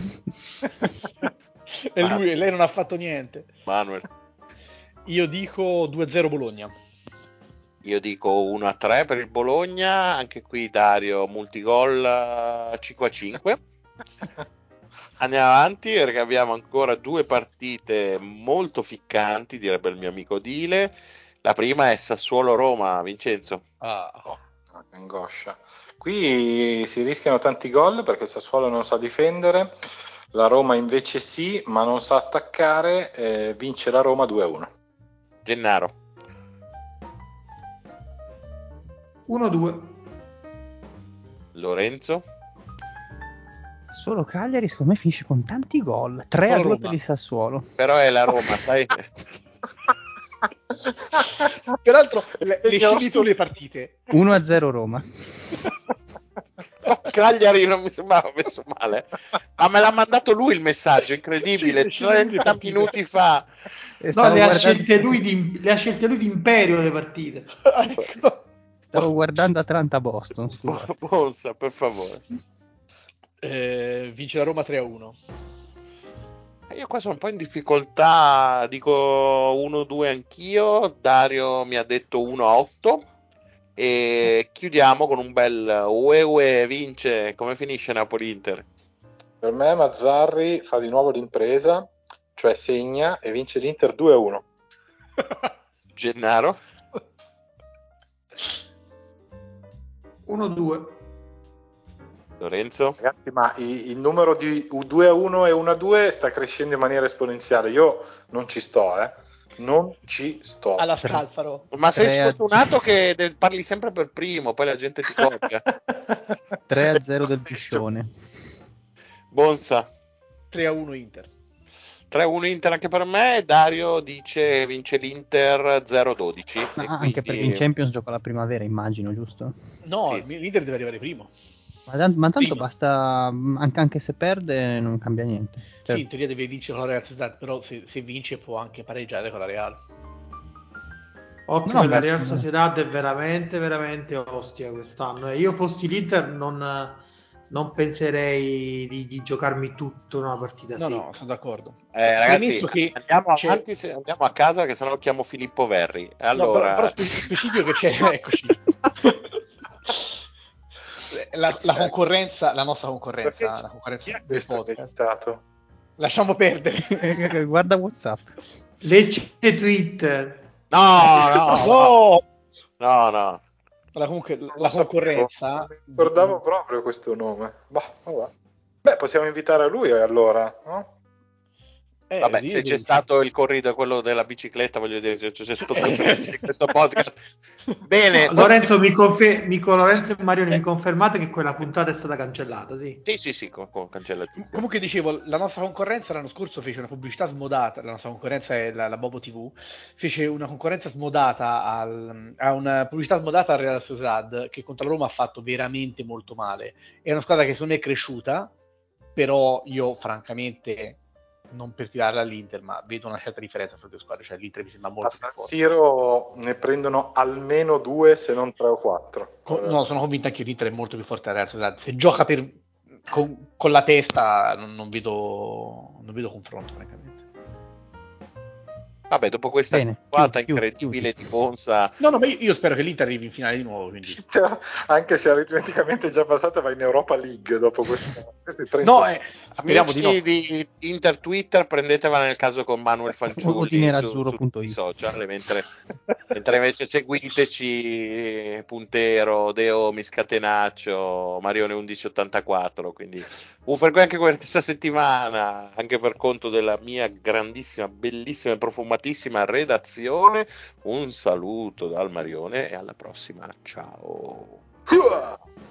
E lui, e lei non ha fatto niente. Manuel. Io dico due a zero Bologna. Io dico uno a tre per il Bologna, anche qui Dario multigol eh, cinque a cinque. Andiamo avanti perché abbiamo ancora due partite molto ficcanti, direbbe il mio amico Dile. La prima è Sassuolo-Roma, Vincenzo. Ah. Oh, che angoscia. Qui si rischiano tanti gol perché il Sassuolo non sa difendere, la Roma invece sì, ma non sa attaccare, eh, vince la Roma due a uno. Gennaro. uno due. Lorenzo. Solo Cagliari, secondo me, finisce con tanti gol. tre a Solo due Roma. per il Sassuolo. Però è la Roma, sai? Peraltro, le, le scegli tu le partite. uno a zero Roma. Cagliari non mi sembrava messo male, ma me l'ha mandato lui il messaggio, incredibile, Sì, le trenta partite. minuti fa. E No, stavo le ha, guardando- scelte lui di, le ha scelte lui di imperio le partite. Ecco. Stavo guardando Atlanta-Boston, scusa. Bonsa, per favore. Eh, vince la Roma tre a uno. Io qua sono un po' in difficoltà, dico uno due anch'io, Dario mi ha detto uno a otto e chiudiamo con un bel ue ue vince, come finisce Napoli-Inter? Per me Mazzarri fa di nuovo l'impresa, cioè segna e vince l'Inter due a uno. Gennaro? uno due. Lorenzo? Ragazzi, ma i- il numero di due a uno e uno a due sta crescendo in maniera esponenziale. Io non ci sto, eh. Non ci sto. Alla Scalfaro. Ma sei tre a sfortunato che de- parli sempre per primo, poi la gente ti copia. tre a zero del Piscione. Bonsa? tre a uno Inter. tre a uno Inter anche per me, Dario dice vince l'Inter zero a dodici. Ma e anche quindi... perché in Champions gioca la primavera, immagino, giusto? No, Sì, sì. l'Inter deve arrivare primo. Ma, tan- ma tanto Prima. basta, anche, anche se perde non cambia niente. Cioè, Sì, in teoria deve vincere con la Real Sociedad, però se, se vince può anche pareggiare con la Real. Occhio No, che la beh, Real eh. Sociedad è veramente, veramente ostia quest'anno. E io fossi l'Inter non, non penserei di, di giocarmi tutta una partita No, sì. no, sono d'accordo. Eh, ragazzi, Premesso che andiamo c'è- avanti, se andiamo a casa che sennò chiamo Filippo Verri. No, Allora, però, però spe- specifico che c'è, eccoci. La, la concorrenza, la nostra concorrenza, Perché la concorrenza chi è del questo che è podcast. citato? Lasciamo perdere. guarda WhatsApp. Legge Twitter. no, no, no, No! no, no. La, comunque, Non lo la sapevo, concorrenza non mi ricordavo proprio questo nome. Bah, vabbè. Beh, possiamo invitare a lui allora, no? Eh, Vabbè, dire se c'è dove- stato il corrido quello della bicicletta, voglio dire, c'è, c'è stato in questo podcast. Bene, No, Lorenzo mi confer- Mico Lorenzo e Marioni Eh. mi confermate che quella puntata è stata cancellata, sì. Sì, sì, sì, con, con cancellatissimo. Comunque dicevo, la nostra concorrenza l'anno scorso fece una pubblicità smodata, la nostra concorrenza è la, la Bobo ti vu, fece una concorrenza smodata, al, a una pubblicità smodata al Real Sociedad che contro la Roma ha fatto veramente molto male. È una squadra che secondo me è cresciuta, però io francamente, non per tirarla all'Inter, ma vedo una certa differenza fra le due squadre, cioè l'Inter mi sembra A molto più San forte. Siro ne prendono almeno due, se non tre o quattro. Co- no, sono convinto anche che l'Inter è molto più forte della Real Sociedad. Se gioca per, con, con la testa non, non vedo non vedo confronto, francamente. Vabbè, dopo questa chiamata incredibile chiudi. di Bonza... No, no, ma io, io spero che l'Inter arrivi in finale di nuovo. Quindi. Anche se aritmeticamente è già passata, va in Europa League dopo questa, questi trenta No, eh, amici di, no. di Inter Twitter, prendetevela nel caso con Manuel Fanciulli su, su social, mentre, mentre invece seguiteci Puntero, Deo Miscatenaccio, Marione undici ottantaquattro, quindi uh, per anche questa settimana, anche per conto della mia grandissima, bellissima e profumatissima redazione, un saluto dal Marione e alla prossima, ciao.